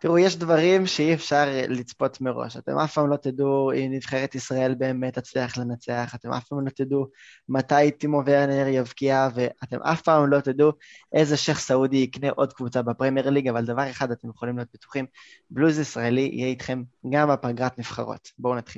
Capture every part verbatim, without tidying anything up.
תראו, יש דברים שאי אפשר לצפות מראש. אתם אף פעם לא תדעו אם נבחרת ישראל באמת תצליח לנצח, אתם אף פעם לא תדעו מתי טימו ורנר יבקיע, ואתם אף פעם לא תדעו איזה שייך סעודי יקנה עוד קבוצה בפרמייר ליג, אבל דבר אחד אתם יכולים להיות בטוחים, בלוז ישראלי יהיה איתכם גם בפגרת נבחרות. בואו נתחיל.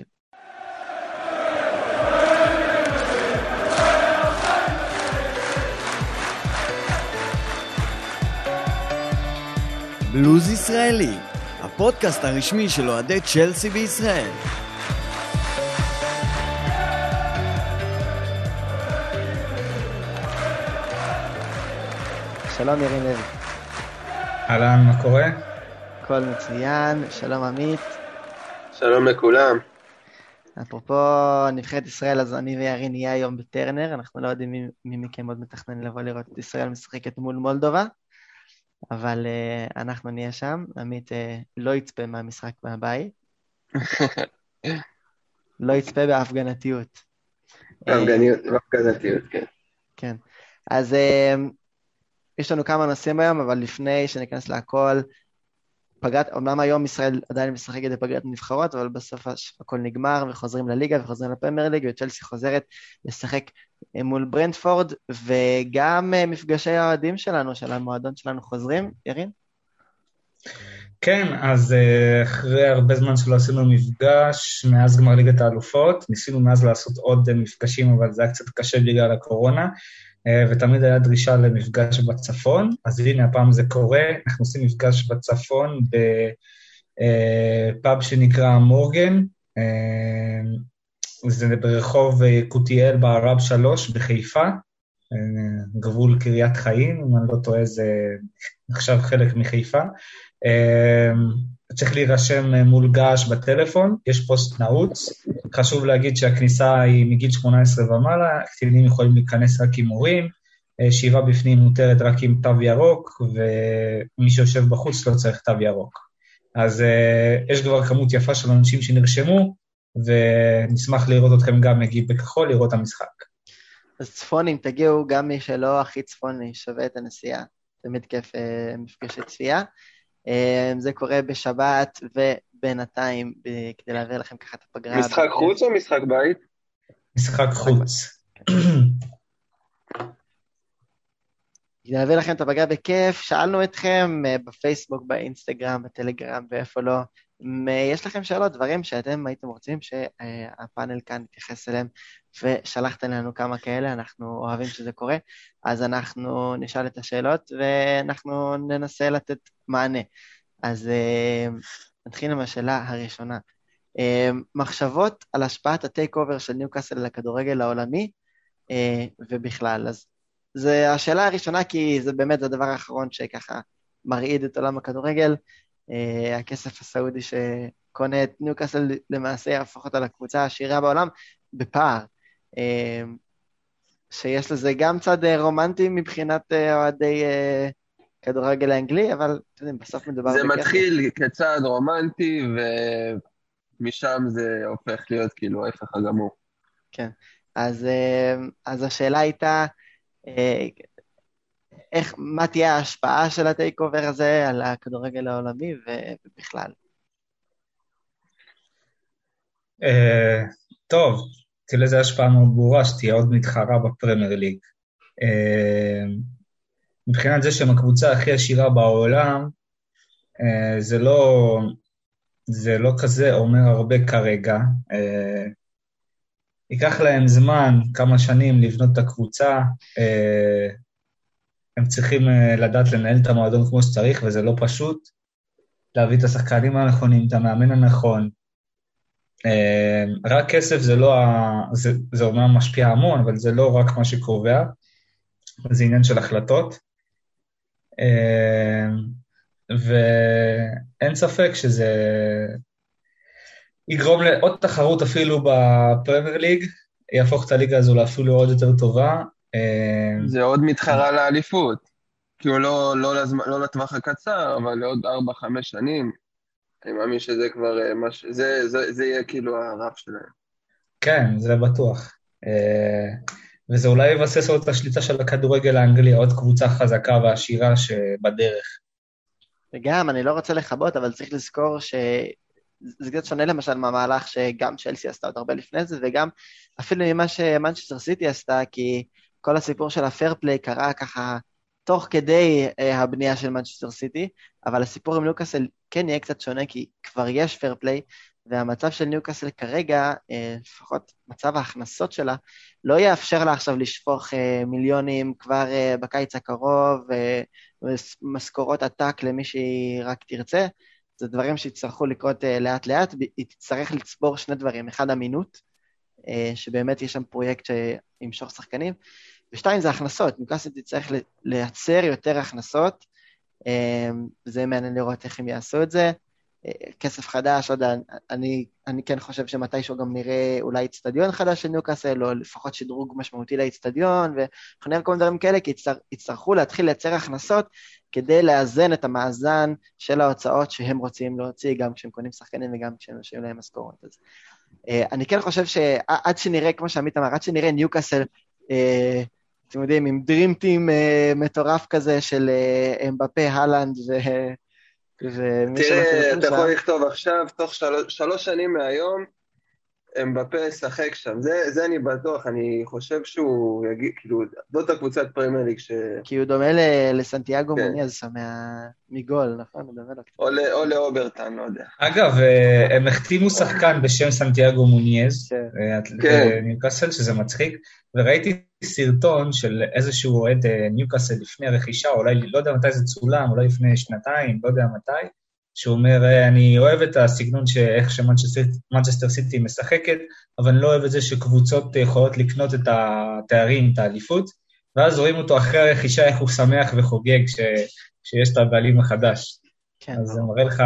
בלוז ישראלי, הפודקאסט הרשמי של אוהדי צ'לסי בישראל. שלום ירין לוי. אהלן, מה קורה? הכל מצוין, שלום עמית. שלום לכולם. אפרופו נבחרת ישראל, אז אני וירין נהיה היום בטרנר, אנחנו לא יודעים מי, מי מכם עוד מתכנן לבוא לראות את ישראל משחקת מול מולדובה, אבל uh, אנחנו נהיה שם. עמית uh, לא יצפה מהמשחק מהבית. לא יצפה בהפגנתיות. בהפגנתיות, כן. כן. אז uh, יש לנו כמה נושאים היום, אבל לפני שניכנס להכל, פגרת, אומנם היום ישראל עדיין משחקת בפגרת נבחרות, אבל בסוף הכל נגמר וחוזרים לליגה וחוזרים לפרמייר ליג, וצ'לסי חוזרת לשחק מול ברנטפורד, וגם מפגשי האוהדים שלנו, של המועדון שלנו חוזרים. ירין? כן, אז אחרי הרבה זמן שלא עשינו מפגש, מאז גמר ליגת האלופות, ניסינו מאז לעשות עוד מפגשים, אבל זה היה קצת קשה בגלל הקורונה, ותמיד היה דרישה למפגש בצפון, אז הנה הפעם זה קורה, אנחנו עושים מפגש בצפון בפאב שנקרא מורגן, זה ברחוב קוטיאל בערב שלוש בחיפה, גבול קריית חיים, אם אני לא טועה זה נחשב חלק מחיפה, צריך להירשם מול געש בטלפון, יש פוסט נעוץ, חשוב להגיד שהכניסה היא מגיל שמונה עשרה ומעלה, קטינים יכולים להיכנס רק עם הורים, שאיבה בפנים מותרת רק עם תו ירוק, ומי שיושב בחוץ לא צריך תו ירוק. אז יש כבר כמות יפה של אנשים שנרשמו, ונשמח לראות אתכם גם מגיעים בכחול, לראות המשחק. אז צפונים, תגיעו גם מי שלא הכי צפוני, שווה את הנסיעה, תמיד כיף מפגשי צפייה. זה קורה בשבת ובינתיים, כדי להעביר לכם ככה את הפגרה. משחק חוץ או משחק בית? משחק חוץ. כדי להעביר לכם את הפגרה בכיף, שאלנו אתכם בפייסבוק, באינסטגרם, בטלגרם ואיפה לא, יש לכם שאלות, דברים שאתם הייתם רוצים שהפאנל כאן יתייחס אליהם, ושלחתם לנו כמה כאלה, אנחנו אוהבים שזה קורה, אז אנחנו נשאל את השאלות, ואנחנו ננסה לתת מענה. אז נתחיל עם השאלה הראשונה. מחשבות על השפעת הטייק אובר של ניוקאסל לכדורגל העולמי, ובכלל. אז זו השאלה הראשונה, כי זה באמת הדבר האחרון שככה מרעיד את עולם הכדורגל, הכסף הסעודי שקונה את ניוקאסל למעשה יהפוך אותה לקבוצה העשירה בעולם, בפער. שיש לזה גם צד רומנטי מבחינת אוהדי כדורגל האנגלי, אבל בסוף מדובר זה בכסף. מתחיל כצד רומנטי, ומשם זה הופך להיות כאילו ההפך הגמור. כן, אז, אז השאלה הייתה, איך, מה תהיה ההשפעה של הטייק אובר הזה על הכדורגל העולמי ובכלל? טוב, תהיה לזה השפעה מאוד ברורה, שתהיה עוד מתחרה בפרמייר ליג. מבחינת זה שהם הקבוצה הכי עשירה בעולם, זה לא, זה לא כזה אומר הרבה כרגע. ייקח להם זמן, כמה שנים, לבנות את הקבוצה, הם צריכים לדעת לנהל את המועדון כמו שצריך, וזה לא פשוט, להביא את השחקנים הנכונים, את המאמן הנכון. רק כסף זה לא, זה, זה אומנם משפיע המון, אבל זה לא רק מה שקובע, זה עניין של החלטות, ואין ספק שזה יגרום לעוד תחרות אפילו בפרמייר ליג, יהפוך את הליגה הזו לאפילו עוד יותר טובה. זה עוד מתחרה לאליפות, כאילו לא, לא, לזמן, לא לטווח הקצר, אבל לעוד ארבע חמש שנים, אני מאמין שזה כבר, מש... זה, זה, זה יהיה כאילו הרף שלהם. כן, זה בטוח. וזה אולי יבסס עוד את השליטה של הכדורגל האנגלי, עוד קבוצה חזקה ועשירה שבדרך. וגם, אני לא רוצה לחבות, אבל צריך לזכור שזה קצת שונה למשל מהמהלך שגם צ'לסי עשתה עוד הרבה לפני זה, וגם אפילו ממה שמנצ'סטר סיטי עשתה, כי כל הסיפור של הפייר פליי קרה ככה תוך כדי הבנייה של מנצ'סטר סיטי, אבל הסיפור עם ניוקאסל כן יהיה קצת שונה, כי כבר יש פייר פליי, והמצב של ניוקאסל כרגע, לפחות מצב ההכנסות שלה, לא יאפשר לה עכשיו לשפוך מיליונים כבר בקיץ הקרוב, ומשכורות עתק למי שהיא רק תרצה. זה דברים שיצטרכו לקרות לאט לאט, היא תצטרך לצבור שני דברים, אחד אמינות, שבאמת יש שם פרויקט שימשוך שחקנים, ושתיים זה הכנסות, ניוקאסל תצטרך לייצר יותר הכנסות, זה מעניין לראות איך הם יעשו את זה, כסף חדש, עוד אני, אני כן חושב שמתישהו גם נראה אולי אצטדיון חדש של ניוקאסל, או לפחות שדרוג משמעותי לאצטדיון, ואנחנו נראה כל מיני דברים כאלה, כי יצטרכו להתחיל לייצר הכנסות, כדי לאזן את המאזן של ההוצאות שהם רוצים להוציא, גם כשהם קונים שחקנים וגם כשהם משאירים להם משכורות. אז אני כן חושב שעד שנראה, כמו שעמית אמר, עד שנראה ניוקאסל, אתם יודעים, עם דרימטים מטורף כזה של אמבפה, הלנד ו... תראה, אתה יכול לכתוב עכשיו, תוך שלוש שנים מהיום, אמבפה ישחק שם, זה אני בטוח, אני חושב שהוא יגיד, כאילו, זאת הקבוצת פרמייר ליג ש... כי הוא דומה לסנטיאגו מוניאז שם מגול, נכון? או לאוברטן, לא יודע. אגב, הם החתימו שחקן בשם סנטיאגו מוניאז, ניוקאסל, שזה מצחיק, וראיתי סרטון של איזשהו אוהד ניוקאסל לפני רכישה, אולי לא יודע מתי זה צולם, אולי לפני שנתיים, לא יודע מתי, שהוא אומר, אני אוהב את הסגנון שאיך שמנצ'סטר סיטי משחקת, אבל אני לא אוהב את זה שקבוצות יכולות לקנות את התארים, את האליפות, ואז רואים אותו אחרי הרכישה, איך הוא שמח וחוגג ש, שיש את הבעלים החדש. כן, אז זה מראה לך,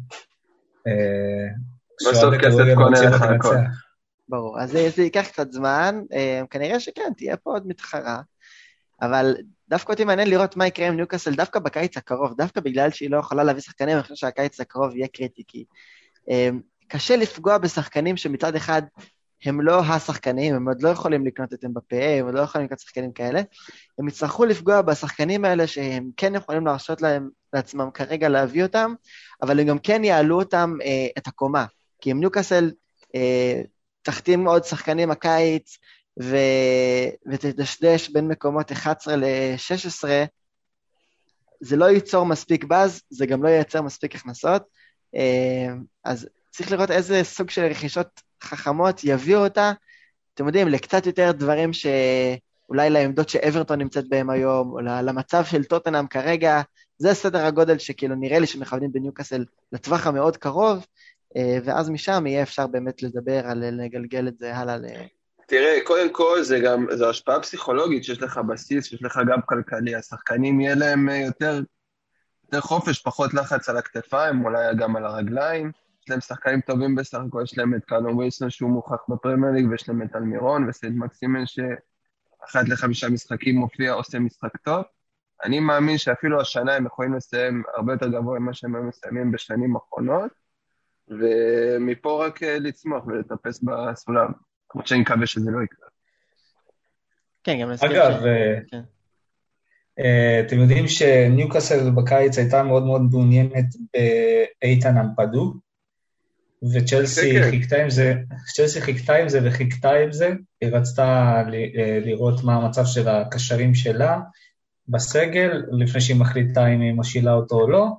בסוף כסף קונה לך הכל. ברור, אז זה ייקח קצת זמן, כנראה שכן, תהיה פה עוד מתחרה, אבל דווקא אותי מעניין לראות מה יקרה עם ניוקאסל, דווקא בקיץ הקרוב, דווקא בגלל שהיא לא יכולה להביא שחקנים, אני חושב שהקיץ הקרוב יהיה קריטי, כי קשה לפגוע בשחקנים שמצד אחד הם לא השחקנים, הם עוד לא יכולים לקנות את אמבפה, הם עוד לא יכולים לקנות שחקנים כאלה, הם יצטרכו לפגוע בשחקנים האלה שהם כן יכולים להרשות להם, לעצמם כרגע להביא אותם, אבל הם גם כן יעלו אותם את הקומה, כי אם ניוקאסל תחתים עוד שחקנים הקיץ, ו... ותדשדש בין מקומות אחת עשרה ל-שש עשרה, זה לא ייצור מספיק באז, זה גם לא ייצר מספיק הכנסות, אז צריך לראות איזה סוג של רכישות חכמות יביאו אותה, אתם יודעים, לקצת יותר דברים שאולי לעמדות שאברטון נמצאת בהם היום, או למצב של טוטנהאם כרגע, זה סדר הגודל שכאילו נראה לי שמכוונים בניוקאסל לטווח המאוד קרוב, ואז משם יהיה אפשר באמת לדבר על לגלגל את זה הלאה ל... תראה, קודם כל זה גם, זו השפעה פסיכולוגית שיש לך בסיס, שיש לך גם כלכלי, השחקנים יהיה להם יותר, יותר חופש, פחות לחץ על הכתפיים, אולי גם על הרגליים, יש להם שחקנים טובים בסך הכל, יש להם את קלום ווילסון שהוא מוכח בפרמייר ליג, ויש להם את אלמירון וסייד מקסימן שאחת לחמישה משחקים מופיע, עושה משחק טוב, אני מאמין שאפילו השנה הם יכולים לסיים הרבה יותר גבוה ממה שהם מסיימים בשנים האחרונות, ומפה רק לצמוח ולטפס בסולם. כמו שאני מקווה שזה לא יקרה. כן, גם נזכיר. אגב, אתם יודעים שניוקאסל בקיץ הייתה מאוד מאוד מעוניינת באיתן אמפדו, וצ'לסי חיכתה עם זה, צ'לסי חיכתה עם זה וחיכתה עם זה, היא רצתה לראות מה המצב של הקשרים שלה בסגל, לפני שהיא מחליטה אם היא משילה אותו או לא,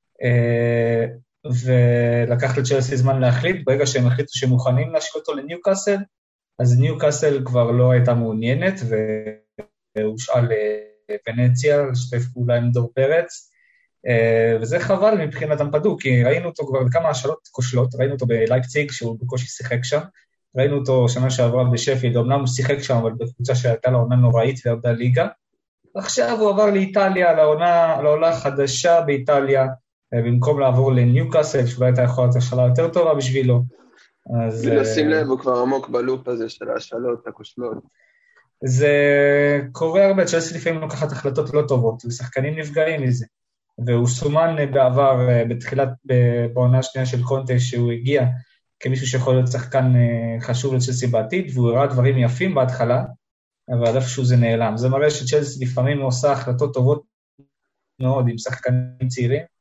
ולקח לצ'לסי זמן להחליט, ברגע שהם החליטו שמוכנים להשאיר אותו לניוקאסל, אז ניוקאסל כבר לא הייתה מעוניינת, והושאל לוונציה, לשתף פעולה עם דור פרץ, וזה חבל מבחינת אמפדו, כי ראינו אותו כבר בכמה השאלות כושלות, ראינו אותו בלייפציג, שהוא בקושי שיחק שם, ראינו אותו שנה שעברה בשפילד, אמנם הוא שיחק שם, אבל בקבוצה שהייתה לה עונה נוראית וירדה ליגה, עכשיו הוא עבר לאיטליה, לעונה, לעונה חדשה באיטליה, במקום לעבור לניוקאסל, שאולי הייתה יכולה להיות השאלה יותר טובה בשבילו. שים לב, הוא כבר עמוק בלופ הזה של השאלות, הכושלות. זה קורה הרבה, צ'לסי לפעמים לוקחת החלטות לא טובות, ושחקנים נפגעים מזה. והוא סומן בעבר, בתחילת, בעונה השנייה של קונטה, שהוא הגיע כמישהו שיכול להיות שחקן חשוב לצ'לסי בעתיד, והוא הראה דברים יפים בהתחלה, אבל עד איפשהו זה נעלם. זה מראה שצ'לסי לפעמים עושה החלטות טובות מאוד עם שחקנים צעירים,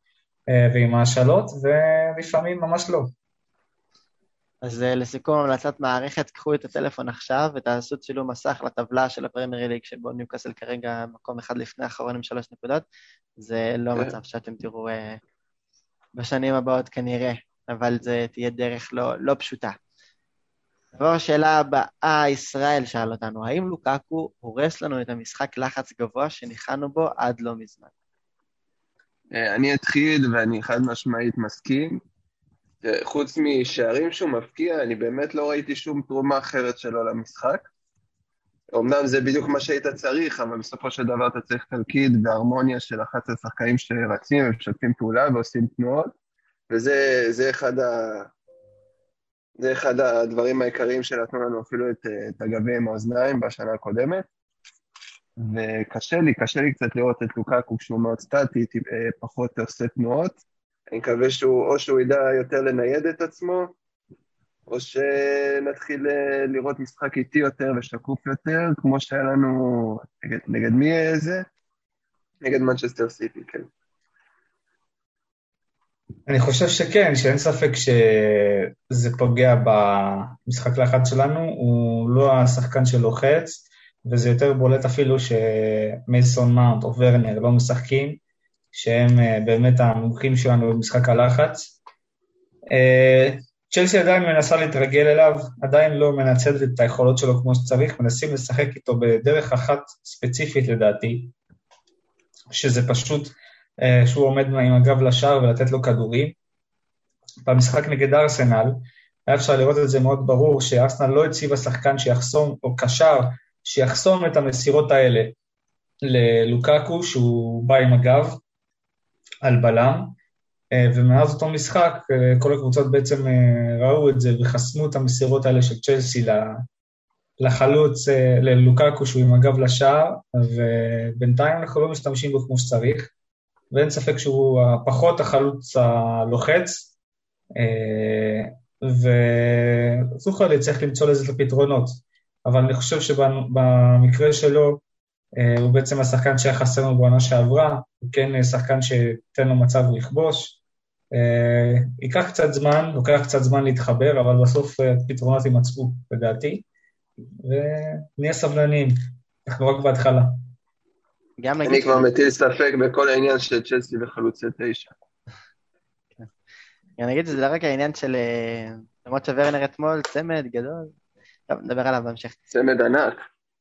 ועם השאלות, ולפעמים ממש לא. אז לסיכום, המלצת מערכת, קחו את הטלפון עכשיו ותעשו צילום מסך לטבלה של הפרמייר ליג, שבו ניוקאסל כרגע מקום אחד לפני האחרון עם שלוש נקודות. זה לא מצב שאתם תראו בשנים הבאות כנראה, אבל זה תהיה דרך לא, לא פשוטה. עבור השאלה הבאה, ישראל שאל אותנו, האם לוקאקו הורס לנו את המשחק לחץ גבוה שניחנו בו עד לא מזמן? אני אתחיל ואני חד משמעית מסכים. חוץ משערים שהוא מפקיע, אני באמת לא ראיתי שום תרומה אחרת שלו למשחק. אמנם זה בדיוק מה שהיית צריך, אבל בסופו של דבר אתה צריך תלכיד והרמוניה של אחת השחקנים שרצים ומשתפים פעולה ועושים תנועות, וזה זה אחד, ה... זה אחד הדברים העיקריים שנתנו לנו אפילו את, את הגבי עם האוזניים בשנה הקודמת. וקשה לי, קשה לי קצת לראות את לוקאקו כשהוא מאוד סטטי, פחות עושה תנועות. אני מקווה שהוא, או שהוא ידע יותר לנייד את עצמו, או שנתחיל לראות משחק איטי יותר ושקוף יותר, כמו שהיה לנו, נגד, נגד מי זה? נגד מנצ'סטר סיטי, כן. אני חושב שכן, שאין ספק שזה פוגע במשחק לחץ שלנו, הוא לא השחקן שלוחץ, וזה יותר בולט אפילו שמייסון מאונט או ורנר לא משחקים, שהם באמת המומחים שלנו במשחק הלחץ. צ'לסי עדיין מנסה להתרגל אליו, עדיין לא מנצלת את היכולות שלו כמו שצריך, מנסים לשחק איתו בדרך אחת ספציפית לדעתי, שזה פשוט שהוא עומד עם הגב לשער ולתת לו כדורים. במשחק נגד ארסנל, היה אפשר לראות את זה מאוד ברור, שארסנל לא הציבה שחקן שיחסום, או קשר שיחסום את המסירות האלה ללוקאקו, שהוא בא עם הגב על בלם, ומאז אותו משחק, כל הקבוצות בעצם ראו את זה, וחסמו את המסירות האלה של צ'לסי לחלוץ, ללוקאקו שהוא עם הגב לשער, ובינתיים אנחנו לא משתמשים בו כמו שצריך, ואין ספק שהוא פחות החלוץ הלוחץ, וזוכר לי צריך למצוא לזה את הפתרונות, אבל אני חושב שבמקרה שלו, הוא בעצם השחקן שהחסר לנו בעונה שעברה, הוא כן שחקן שתן לו מצב לכבוש, ייקח קצת זמן, לוקח קצת זמן להתחבר, אבל בסוף פתרונות יימצאו בדעתי, ונהיה סבלניים, אנחנו רק בהתחלה. אני כבר מטיל ספק בכל העניין של צ'לסי וחלוצי תשע. אני אגיד שזה לא רק העניין של, למרות שוורנר אתמול, צמד גדול, טוב, נדבר עליו בהמשך. צמד ענק.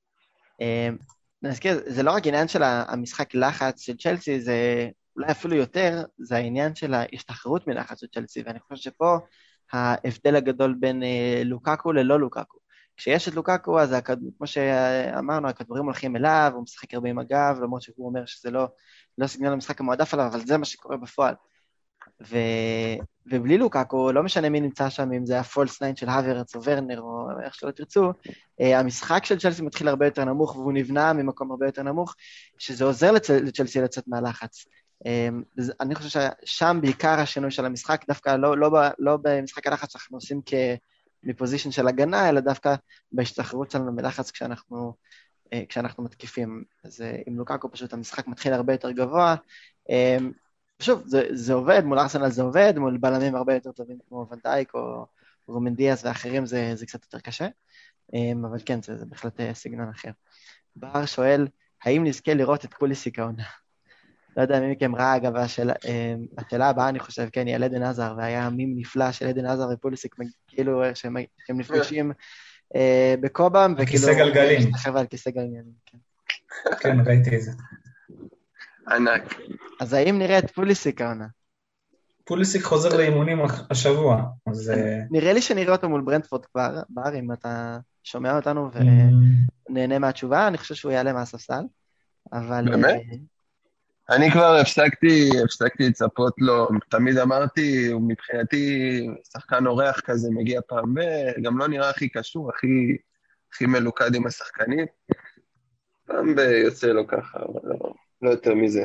נזכיר, זה לא רק עניין של המשחק לחץ של צ'לסי, זה אולי אפילו יותר, זה העניין של ההשתחררות מלחץ של צ'לסי, ואני חושב שפה ההבדל הגדול בין לוקאקו ללא לוקאקו. כשיש את לוקאקו, אז הכדור, כמו שאמרנו, הכדורים הולכים אליו, הוא משחק הרבה עם הגב, למרות שהוא אומר שזה לא, לא סגנון המשחק המועדף עליו, אבל זה מה שקורה בפועל. ו... ובלי לוקאקו, לא משנה מי נמצא שם, אם זה הפולס ניין של הוורץ או ורנר, או איך שלא תרצו, המשחק של צ'לסי מתחיל הרבה יותר נמוך, והוא נבנה ממקום הרבה יותר נמוך, שזה עוזר לצ... לצ'לסי לצאת מהלחץ. אני חושב ששם בעיקר השינוי של המשחק, דווקא לא, לא, לא במשחק הלחץ אנחנו עושים כ... מפוזישן של הגנה, אלא דווקא בהשתחררות שלנו מלחץ כשאנחנו, כשאנחנו מתקיפים. אז עם לוקאקו פשוט המשחק מתחיל הרבה יותר גבוה. שוב, זה, זה עובד, מול ארסנל זה עובד, מול בלמים הרבה יותר טובים כמו ון דייק או רומן דיאס ואחרים, זה, זה קצת יותר קשה. אבל כן, זה, זה בהחלט סגנון אחר. בר שואל, האם נזכה לראות את פוליסיק העונה? לא יודע מי מכם ראה, אגב, השאלה, השאלה הבאה, אני חושב, כן, היא על עדן עזר, והיה מים נפלא של עדן עזר ופוליסיק, כאילו שהם נפגשים בקובם, וכאילו... כיסא גלגלים. על כיסא גלגלים, כן. כן, ראיתי את זה. ענק. אז האם נראה את פוליסיק העונה? פוליסיק חוזר לאימונים השבוע, אז... נראה לי שנראה אותו מול ברנטפורד כבר, בר, אם אתה שומע אותנו ונהנה מהתשובה, אני חושב שהוא יעלה מהספסל, אבל... באמת? אני כבר הפסקתי, הפסקתי לצפות לו, תמיד אמרתי, מבחינתי שחקן אורח כזה מגיע פעם, וגם לא נראה הכי קשור, הכי, הכי מלוכד עם השחקנים, פעם ביוצא לו ככה, אבל לא, לא יותר מזה.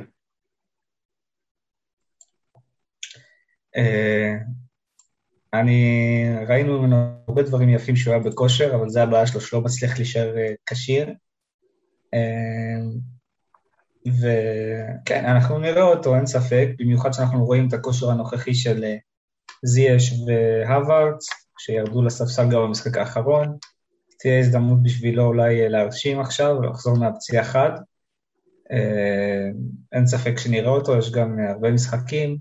אני, ראינו ממנו הרבה דברים יפים שהוא היה בכושר, אבל זה הבעיה שלו שלא מצליח להישאר כשיר. וכן, אנחנו נראה אותו, אין ספק, במיוחד שאנחנו רואים את הכושר הנוכחי של זייש והווארדס, שירדו לספסל גם במשחק האחרון, תהיה הזדמנות בשבילו אולי להרשים עכשיו, ולחזור מהפציעה חד, אין ספק שנראה אותו, יש גם הרבה משחקים,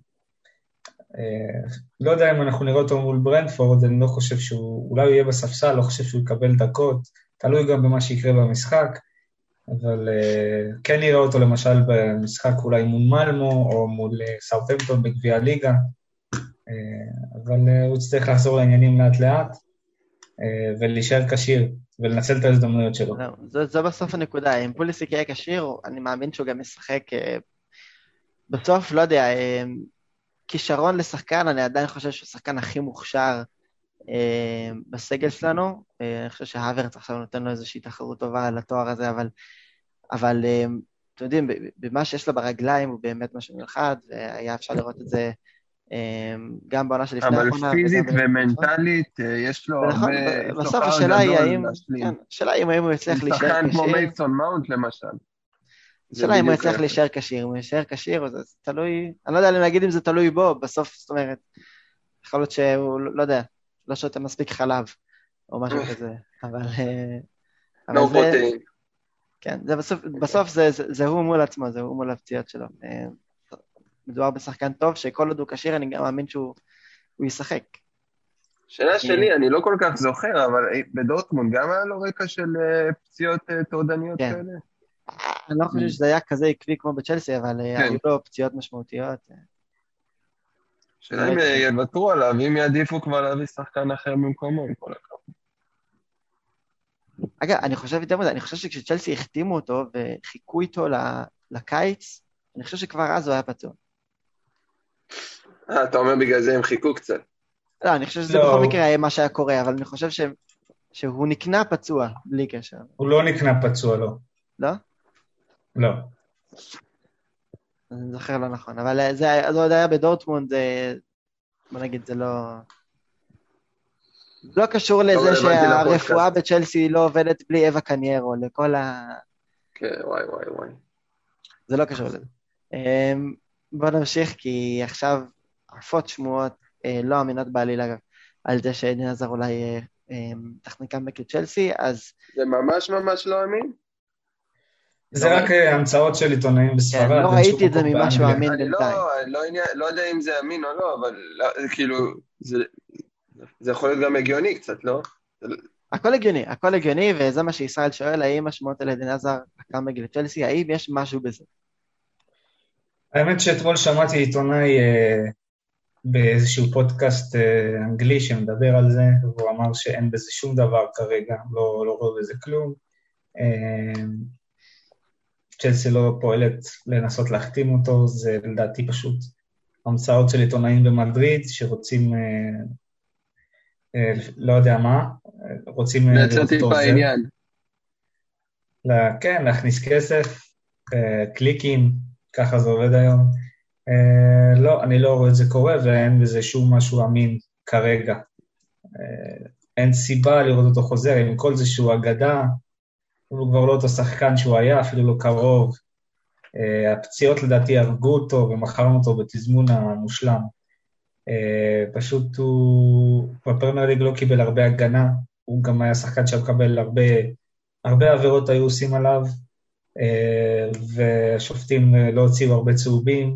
לא יודע אם אנחנו נראה אותו מול ברנפורד, אני לא חושב שהוא, אולי הוא יהיה בספסל, לא חושב שהוא יקבל דקות, תלוי גם במה שיקרה במשחק, אבל כן נראה אותו למשל במשחק אולי מול מלמו, או מול סאות'המפטון בגביע הליגה, אבל הוא צריך לחזור לעניינים לאט לאט, ולהישאר כשיר, ולנצל את ההזדמנויות שלו. זו בסוף הנקודה, אם פוליסיק יהיה כשיר, אני מאמין שהוא גם ישחק, בסוף, לא יודע, כישרון לשחקן, אני עדיין חושב שהוא שחקן הכי מוכשר בסגל שלנו, אני חושב שהאברץ עכשיו נותן לו איזושהי תחרות טובה על התואר הזה, אבל, אבל אתם יודעים, במה שיש לו ברגליים הוא באמת משהו מיוחד, והיה אפשר לראות את זה גם בעונה שלפני האחרונה. אבל פיזית ומנטלית יש לו הרבה... בסוף השאלה היא האם... השאלה היא האם הוא יצליח להישאר כשיר. שחקן כמו מייסון מאונט למשל. השאלה אם הוא יצליח להישאר כשיר. אם הוא ישאר כשיר, זה תלוי... אני לא יודע להגיד אם זה תלוי בו, בסוף, זאת אומרת, יכול להיות שהוא, לא יודע, לא שותה מספיק חלב, או משהו כזה, אבל... לא פרוטאין. כן, בסוף זה הוא מול עצמו, זה הוא מול הפציעות שלו. מדובר בשחקן טוב, שכל עוד הוא כשיר, אני גם מאמין שהוא ישחק. שאלה שלי, אני לא כל כך זוכר, אבל בדורטמונד גם היה לו רקע של פציעות תורדניות כאלה? אני לא חושב שזה היה כזה עקבי כמו בצ'לסי, אבל היו לו פציעות משמעותיות. שאלה אם יוותרו עליו, אם יעדיפו כבר להביא שחקן אחר במקומו, עם כל הכבוד. אגב, אני חושב יותר מזה, אני חושב שכשצ'לסי החתימו אותו וחיכו איתו לקיץ, אני חושב שכבר אז הוא היה פצוע. אה, אתה אומר בגלל זה הם חיכו קצת. לא, אני חושב שזה בכל מקרה מה שהיה קורה, אבל אני חושב שהוא נקנה פצוע, בלי קשר. הוא לא נקנה פצוע, לא. לא? לא. אני זוכר לא נכון, אבל זה עוד היה בדורטמונד, בוא נגיד, זה לא... לא קשור לזה שהרפואה בצ'לסי לא עובדת בלי אווה קניירו, לכל ה... כן, וואי, וואי, וואי. זה לא קשור לזה. בוא נמשיך, כי עכשיו עפות שמועות, לא אמינות בעליל אגב, על זה שעדן עזר אולי טכניקן בקי צ'לסי, אז... זה ממש ממש לא אמין? זה רק המצאות של עיתונאים בספרד. לא ראיתי את זה ממשהו אמין בינתיים. אני לא יודע אם זה אמין או לא, אבל כאילו, זה יכול להיות גם הגיוני קצת, לא? הכל הגיוני, הכל הגיוני, וזה מה שישראל שואל, האם השמועות על עדן עזר קם בקי צ'לסי, האם יש משהו בזה? האמת שאתמול שמעתי עיתונאי באיזשהו פודקאסט אנגלי שמדבר על זה, והוא אמר שאין בזה שום דבר כרגע, לא, לא רואה בזה כלום. צ'לסי לא פועלת לנסות להחתים אותו, זה לדעתי פשוט המצאות של עיתונאים במדריד, שרוצים, לא יודע מה, רוצים... לצאת טיפה העניין. כן, להכניס כסף, קליקים, ככה זה עובד היום. לא, אני לא רואה את זה קורה, ואין בזה שום משהו אמין כרגע. אין סיבה לראות אותו חוזר, עם כל זה שהוא אגדה, הוא כבר לא אותו שחקן שהוא היה, אפילו לא קרוב. הפציעות לדעתי הרגו אותו, ומחרנו אותו בתזמון המושלם. פשוט הוא, בפרמייר ליג לא קיבל הרבה הגנה, הוא גם היה שחקן שמקבל הרבה, הרבה עבירות היו עושים עליו, והשופטים לא הוציאו הרבה צהובים,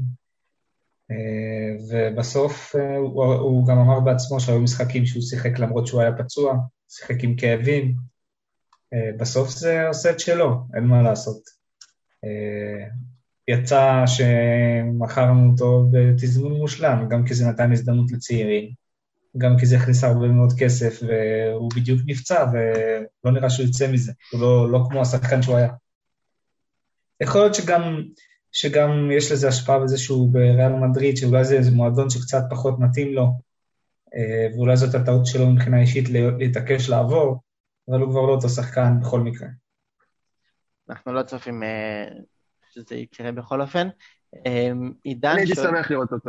ובסוף הוא, הוא גם אמר בעצמו שהיו משחקים שהוא שיחק למרות שהוא היה פצוע, שיחק עם כאבים, בסוף זה עושה את שלו, אין מה לעשות. יצא שמחרנו אותו בתזמון מושלם, גם כי זה נתן הזדמנות לצעירים, גם כי זה הכניס הרבה מאוד כסף, והוא בדיוק נפצע, ולא נראה שהוא יצא מזה, הוא לא, לא כמו השחקן שהוא היה. יכול להיות שגם, שגם יש לזה השפעה בזה שהוא בריאל מדריד, שאולי זה איזה מועדון שקצת פחות מתאים לו, ואולי זאת הטעות שלו מבחינה אישית להתעקש לעבור, אבל הוא כבר לא אותו שחקן בכל מקרה. אנחנו לא צופים שזה יקרה בכל אופן. עידן... אני הייתי שמח לראות אותו.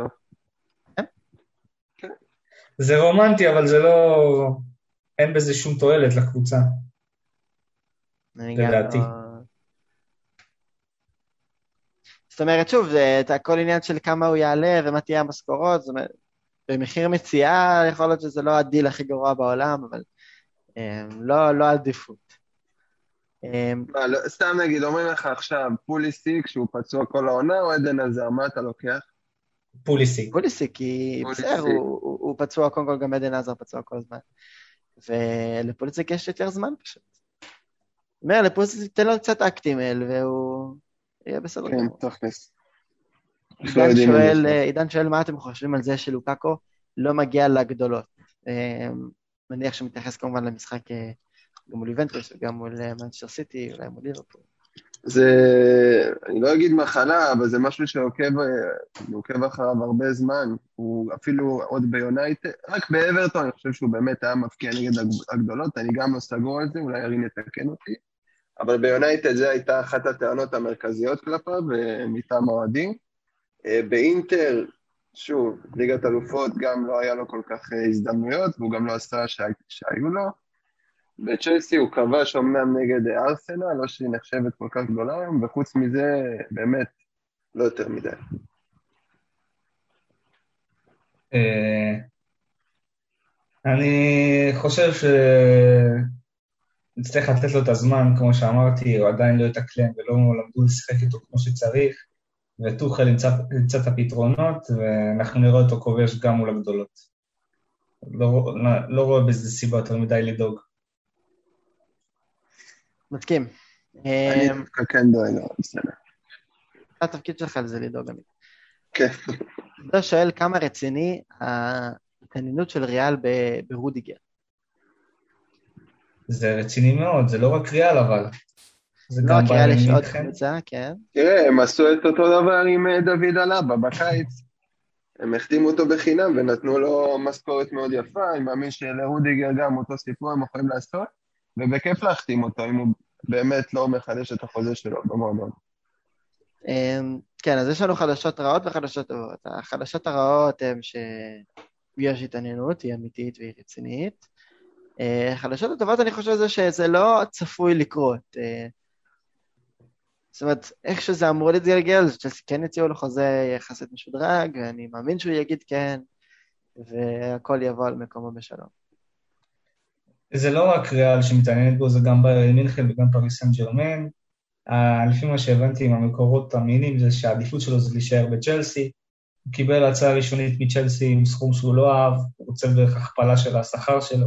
זה רומנטי, אבל זה לא... אין בזה שום תועלת לקבוצה. לדעתי. זאת אומרת, שוב, זה את הכל עניין של כמה הוא יעלה ומה תהיה המשכורות, זאת אומרת, במחיר מציאה יכול להיות שזה לא הדיל הכי גרוע בעולם, אבל um, לא, לא עדיפות. Um, מה, לא, סתם נגיד, אומרים לך עכשיו, פוליסיק, שהוא פצוע כל העונה, או עדן עזר, מה אתה לוקח? פוליסיק. פוליסיק, כי בסדר, הוא, הוא, הוא פצוע, קודם כל גם עדן עזר פצוע כל הזמן. ולפוליסיק יש יותר זמן פשוט. אומר, לפוליסיק תן לו קצת אקטימל, והוא יהיה בסדר. כן, תכלס. עידן שואל, עידן שואל מה אתם חושבים על זה שלוקאקו לא מגיע לגדולות. מניח שמתייחס כמובן למשחק גם מול יובנטוס וגם מול מנצ'סטר סיטי, אולי מול ליברפול. זה, אני לא אגיד מחלה, אבל זה משהו שעוקב אחריו הרבה זמן. הוא אפילו עוד ביונייטד, רק באברטון, אני חושב שהוא באמת היה מפקיע נגד הגדולות, אני גם לא סגור על זה, אולי ירין יתקן אותי. אבל ביונייטד זה הייתה אחת הטענות המרכזיות כלפיו, מטעם האוהדים. באינטר, שוב, ליגת אלופות גם לא היה לו כל כך הזדמנויות, והוא גם לא עשה שהיו לו. בצ'לסי הוא כבש אומנם נגד ארסנל, לא שהיא נחשבת כל כך גדולה, וחוץ מזה, באמת, לא יותר מדי. אני חושב שנצטרך לתת לו את הזמן, כמו שאמרתי, הוא עדיין לא יתקלם ולא למדו לשחק איתו כמו שצריך, וטוחל ימצא את הפתרונות, ואנחנו נראה אותו כובש גם מול הגדולות. לא, לא רואה בזה סיבה יותר מדי לדאוג. מסכים. אני דווקא כן דואג, בסדר. התפקיד שלך לזה לדאוג. כן. אתה שואל כמה רציני ההתעניינות של ריאל ברודיגר. זה רציני מאוד, זה לא רק ריאל אבל. לא רק ריאל יש עוד קבוצה, כן. תראה, הם עשו את אותו דבר עם דוד אלבה בקיץ. הם החתימו אותו בחינם ונתנו לו משכורת מאוד יפה, אני מאמין שלרודיגר גם אותו סיפור הם יכולים לעשות, ובכיף להחתים אותו, אם הוא באמת לא מחדש את החוזה שלו במועדון. כן, אז יש לנו חדשות רעות וחדשות טובות. החדשות הרעות הן שיש התעניינות, היא אמיתית והיא רצינית. החדשות הטובות אני חושב זה שזה לא צפוי לקרות. זאת אומרת, איך שזה אמור להתגלגל, שצ'לסי כן יציעו לו חוזה יחסית משודרג, ואני מאמין שהוא יגיד כן, והכל יבוא על מקומו בשלום. זה לא רק ריאל שמתעניינת בו, זה גם ביירן מינכן וגם פריס סן ז'רמן. לפי מה שהבנתי עם המקורות האמינים, זה שהעדיפות שלו זה להישאר בצ'לסי. הוא קיבל הצעה ראשונית מצ'לסי עם סכום שהוא לא אהב, הוא רוצה בערך הכפלה של השכר שלו.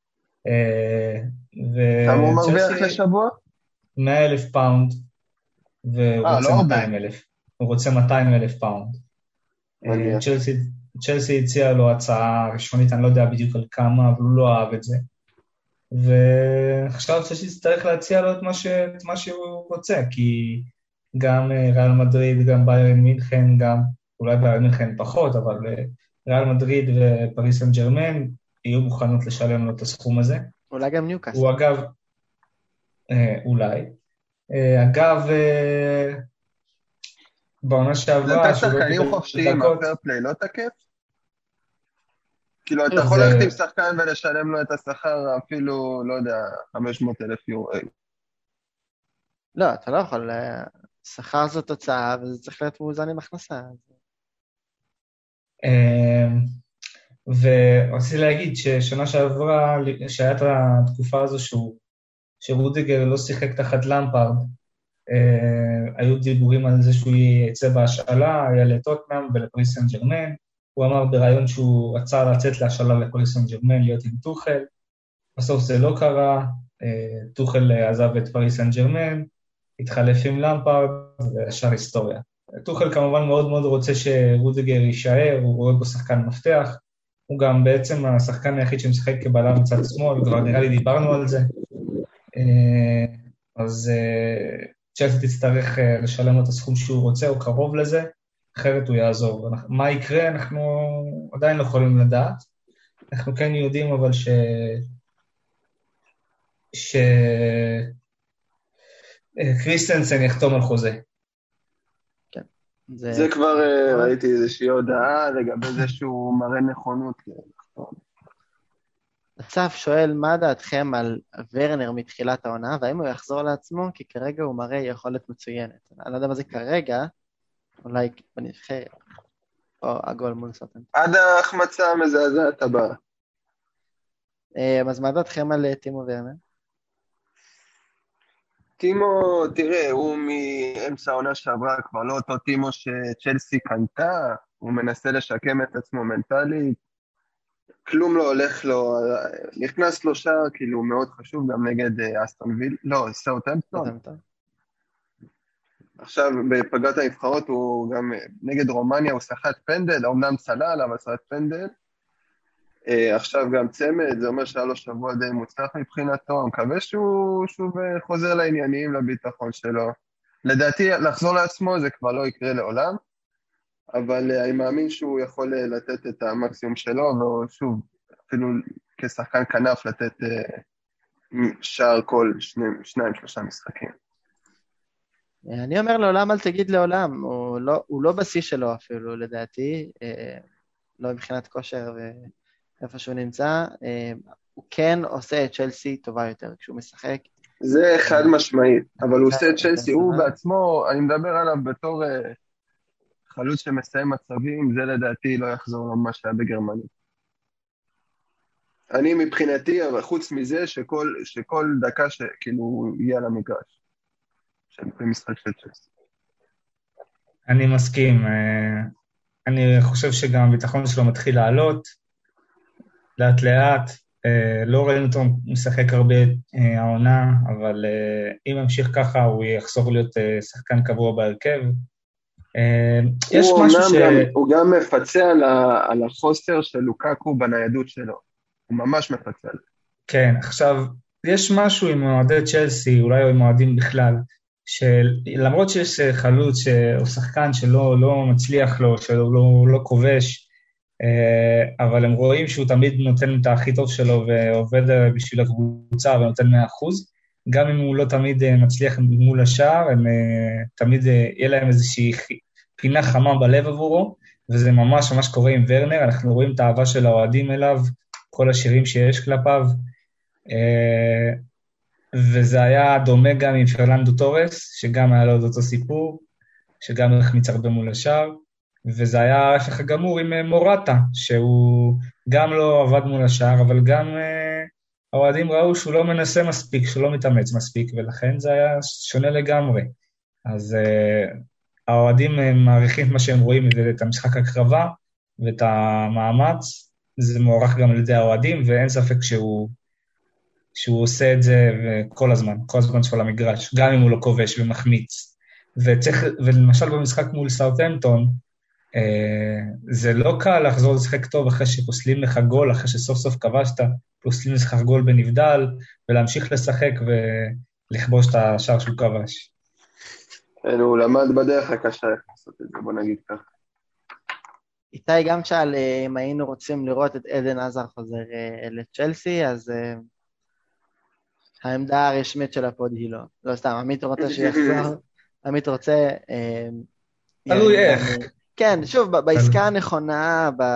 כמה הוא מרוויח לשבוע? מאה אלף פאונד. והוא 아, רוצה לא מאתיים אלף. הוא רוצה מאתיים אלף פאונד. צ'לסי, צ'לסי הציע לו הצעה ראשונית, אני לא יודע בדיוק על כמה, אבל הוא לא אהב את זה. ועכשיו צ'לסי צריך להציע לו את מה, ש... את מה שהוא רוצה, כי גם ריאל מדריד, גם ביירן מינכן, גם אולי ביירן מינכן פחות, אבל ריאל מדריד ופריס סן ז'רמן יהיו מוכנות לשלם לו את הסכום הזה. אולי גם ניוקאסל. הוא אגב, אולי, אגב, בעונה שעברה... לתת שחקנים חופשיים, הפרפליי, לא תקף? כאילו, אתה יכול ללכת עם שחקן ולשלם לו את השכר אפילו, לא יודע, חמש מאות אלף יורו. לא, אתה לא יכול. שכר זו תוצאה, וזה צריך להיות מאוזן עם הכנסה. ורציתי להגיד ששנה שעברה, שהיה את התקופה הזו שהוא שרודיגר לא שיחק תחת למפארד, היו דיבורים על זה שהוא יצא בהשאלה, היה לטוטנהאם ולפריס סן ז'רמן, הוא אמר ברעיון שהוא רצה לצאת להשאלה לפריס סן ז'רמן, להיות עם טוחל, בסוף זה לא קרה, טוחל עזב את פריס סן ז'רמן, התחלף עם למפארד וישר היסטוריה. טוחל כמובן מאוד מאוד רוצה שרודיגר יישאר, הוא רואה בו שחקן מפתח, הוא גם בעצם השחקן היחיד שמשחק כבלם מצד שמאל, כבר נראה לי דיברנו על זה, אז צ'לסי תצטרך לשלם לו את הסכום שהוא רוצה, הוא קרוב לזה, אחרת הוא יעזור. מה יקרה, אנחנו עדיין לא יכולים לדעת, אנחנו כן יודעים אבל ש... ש... קריסטנסן יחתום על חוזה. כן. זה, זה כבר ראיתי איזושהי הודעה לגבי זה שהוא מראה נכונות לחתום. הצף שואל, מה דעתכם על ורנר מתחילת העונה, והאם הוא יחזור לעצמו, כי כרגע הוא מראה יכולת מצוינת. אני לא יודע מה זה כרגע, אולי בנבחרת, או הגול מול סוטנטון. עד ההחמצה המזעזעת הבאה. אז מה דעתכם על טימו ורנר? טימו, תראה, הוא מאמצע העונה שעברה, כבר לא אותו טימו שצ'לסי קנתה, הוא מנסה לשקם את עצמו מנטלית, כלום לא הולך לו, נכנס לו שער, כאילו מאוד חשוב, גם נגד אסטון וילה, לא, סאות'המפטון. עכשיו, בפגרת הנבחרות, הוא גם נגד רומניה, הוא שחט פנדל, אומנם צלל, אבל שחט פנדל. עכשיו גם צמד, זה אומר שהיה לו שבוע די מוצלח מבחינתו, אני מקווה שהוא שוב חוזר לעניינים, לביטחון שלו. לדעתי, לחזור לעצמו זה כבר לא יקרה לעולם, אבל אני מאמין שהוא יכול לתת את המקסימום שלו, ושוב, אפילו כשחקן כנף לתת שער כל שניים, שניים, שלושה משחקים. אני אומר לעולם, אל תגיד לעולם, הוא לא, הוא לא בשיא שלו אפילו, לדעתי, לא מבחינת כושר ואיפה שהוא נמצא, הוא כן עושה את צ'לסי טובה יותר כשהוא משחק. זה חד משמעית, אבל הוא עושה את צ'לסי, הוא בעצמו, אני מדבר עליו בתור חלוץ שמסיים מצבים, זה לדעתי לא יחזור למה שהיה בגרמניה. אני מבחינתי, אבל חוץ מזה שכל, שכל דקה שכאילו יהיה על המגרש. במשחק של צ'לסי. אני מסכים. אני חושב שגם הביטחון שלו מתחיל לעלות, לאט לאט. לא ראינו אותו משחק הרבה העונה, אבל אם ימשיך ככה, הוא יחזור להיות שחקן קבוע בהרכב. יש משהו ש... הוא גם מפצה על החוסר של לוקאקו בניידות שלו. הוא ממש מפצה. כן, עכשיו, יש משהו עם מועדי צ'לסי, אולי עם מועדים בכלל, שלמרות שיש חלוץ או שחקן שלא לא מצליח לו, שלא לא, לא כובש, אבל הם רואים שהוא תמיד נותן את הכי טוב שלו ועובד בשביל הקבוצה ונותן מאה אחוז, גם אם הוא לא תמיד מצליח מול השער, הם תמיד יהיה להם איזושהי פינה חמה בלב עבורו, וזה ממש ממש קורה עם ורנר, אנחנו רואים את האהבה של האוהדים אליו, כל השירים שיש כלפיו, וזה היה דומה גם עם פרלנדו טורס, שגם היה לו עוד אותו סיפור, שגם החמיץ הרבה מול השאר, וזה היה ההפך הגמור עם מורטה, שהוא גם לא עבד מול השאר, אבל גם האוהדים ראו שהוא לא מנסה מספיק, שהוא לא מתאמץ מספיק, ולכן זה היה שונה לגמרי. אז האוהדים מעריכים מה שהם רואים, את המשחק הקרבה, ואת המאמץ, זה מוערך גם על ידי האוהדים, ואין ספק שהוא... שהוא עושה את זה כל הזמן, כל הזמן של המגרש, גם אם הוא לא כובש ומחמיץ. וצריך, ולמשל במשחק מול סאות'המפטון, זה לא קל לחזור לשחק טוב אחרי שפוסלים לך גול, אחרי שסוף סוף כבשת, פוסלים לך גול בנבדל, ולהמשיך לשחק ולכבוש את השער שהוא כבש. הוא למד בדרך הקשה איך לעשות את זה, בוא נגיד כך. איתי גם שאל אם היינו רוצים לראות את עדן עזר חוזר לצ'לסי, אז... העמדה הרשמית של הפוד היא לא. לא סתם, עמית רוצה שיחזור, עמית רוצה... תלוי איך. כן, שוב, בעסקה הנכונה, ב...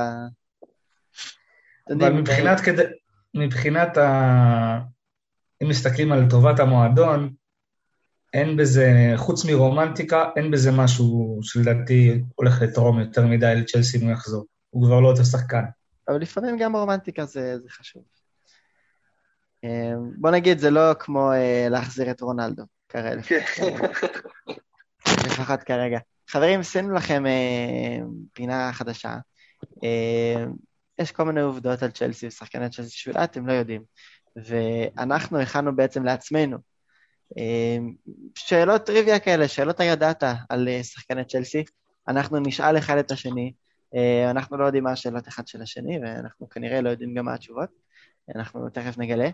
אבל מבחינת כדי... מבחינת ה... אם מסתכלים על טובת המועדון, אין בזה, חוץ מרומנטיקה, אין בזה משהו שלדעתי הולך לתרום יותר מדי לצ'לסי אם הוא יחזור. הוא כבר לא אותו שחקן. אבל לפעמים גם רומנטיקה זה, זה חשוב. בוא נגיד, זה לא כמו להחזיר את רונלדו, כרגע. לפחות כרגע. חברים, עשינו לכם פינה חדשה. יש כל מיני עובדות על צ'לסי ושחקני צ'לסי שאולי אתם לא יודעים. ואנחנו הכנו בעצם לעצמנו. שאלות טריוויה כאלה, שאלות הידעת על שחקני צ'לסי. אנחנו נשאל אחד את השני. אנחנו לא יודעים מה השאלות אחד של השני, ואנחנו כנראה לא יודעים גם מה התשובות. אנחנו תכף נגלה,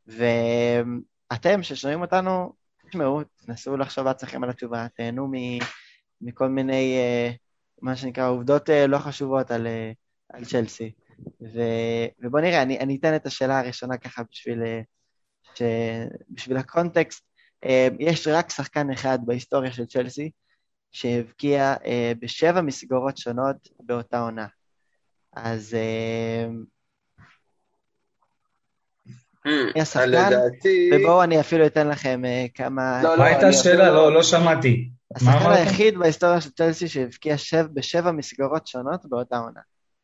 ואתם ששומעים אותנו, תשמעו, תנסו לחשוב בעצמכם על התשובה, תהנו מכל מיני, מה שנקרא, עובדות לא חשובות על, על צ'לסי, ובוא נראה, אני, אני אתן את השאלה הראשונה ככה בשביל, ש, בשביל הקונטקסט, יש רק שחקן אחד בהיסטוריה של צ'לסי, שהבקיע בשבע מסגרות שונות באותה עונה, אז... השחקן, ובואו אני אפילו אתן לכם כמה... מה הייתה השאלה? לא שמעתי. השחקן אמרת? היחיד בהיסטוריה של צ'לסי שהבקיע שב, בשבע מסגרות שונות באותה עונה.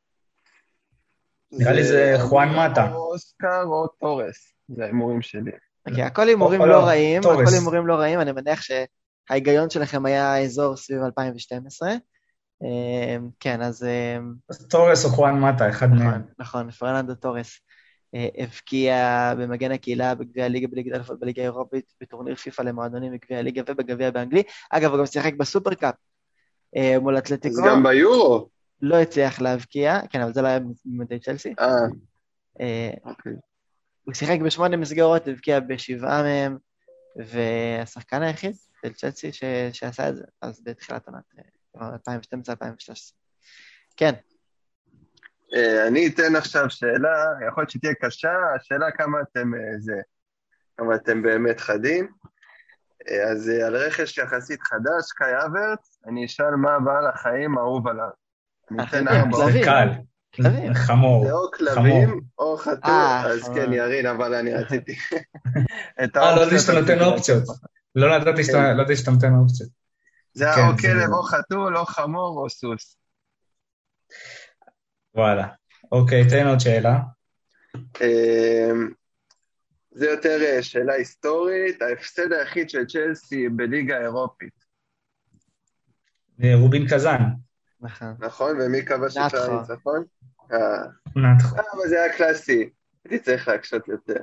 נראה לי זה חואן מטה. או אוסקר או טורס, זה ההימורים שלי. אוקיי, הכל הימורים או לא לא, רעים, טורס. הכל הימורים לא רעים, אני מניח שההיגיון שלכם היה אזור סביב אלפיים ושתים עשרה. אמ, כן, אז אמ, אז טורס או חואן מטה, אחד מהם. נכון, נכון, פרננדו טורס אה, הבקיע במגן הקהילה בגביע הליגה, בליגת האלופות בליגה האירופית, בטורניר פיפא למועדונים בגביע הליגה ובגביע באנגלי. אגב, הוא גם שיחק בסופרקאפ אה, מול אז אתלטיקו, גם ביורו. לא הצליח להבקיע, כן, אבל זה לא היה ממדי צ'לסי. אה, אה, אוקיי. הוא שיחק בשמונה מסגרות, הבקיע בשבעה מהם, והשחקן היחיד של צ'לסי ש... שעשה את זה, אז בתחילת עונת אלפיים ושתים עשרה אלפיים ושלוש עשרה. כן. אה, אני אתן עכשיו שאלה, יכול להיות שתהיה קשה, השאלה כמה אתם, אה, זה, כמה אתם באמת חדים. אה, אז אה, על רכש יחסית חדש, קאי אברץ, אני אשאל מה בעל החיים האהוב עליו. אני אתן החיים, ארבע. כלבים. זה קל. כלבים. חמור. זה או חמור. כלבים או חתול, אה, אז חמור. כן, ירין, אבל אני רציתי. את אה, לא האופציות ידעתי שאתה נותן רציתי אופציות. לא ידעתי שאתה לא ידעתי שאתה נותן אופציות. זה כן, או זה- כלב או חתול או חמור או סוס. וואלה. אוקיי, תן עוד שאלה. אמ, זה יותר אה, שאלה היסטורית, ההפסד היחיד של צ'לסי בליגה האירופית, אה, רובין קזאן. נכון. נכון? ומי כבש את נתחו. הניצחון? אה, נתחו. אה, אבל זה היה קלאסי, הייתי צריך להקשות יותר.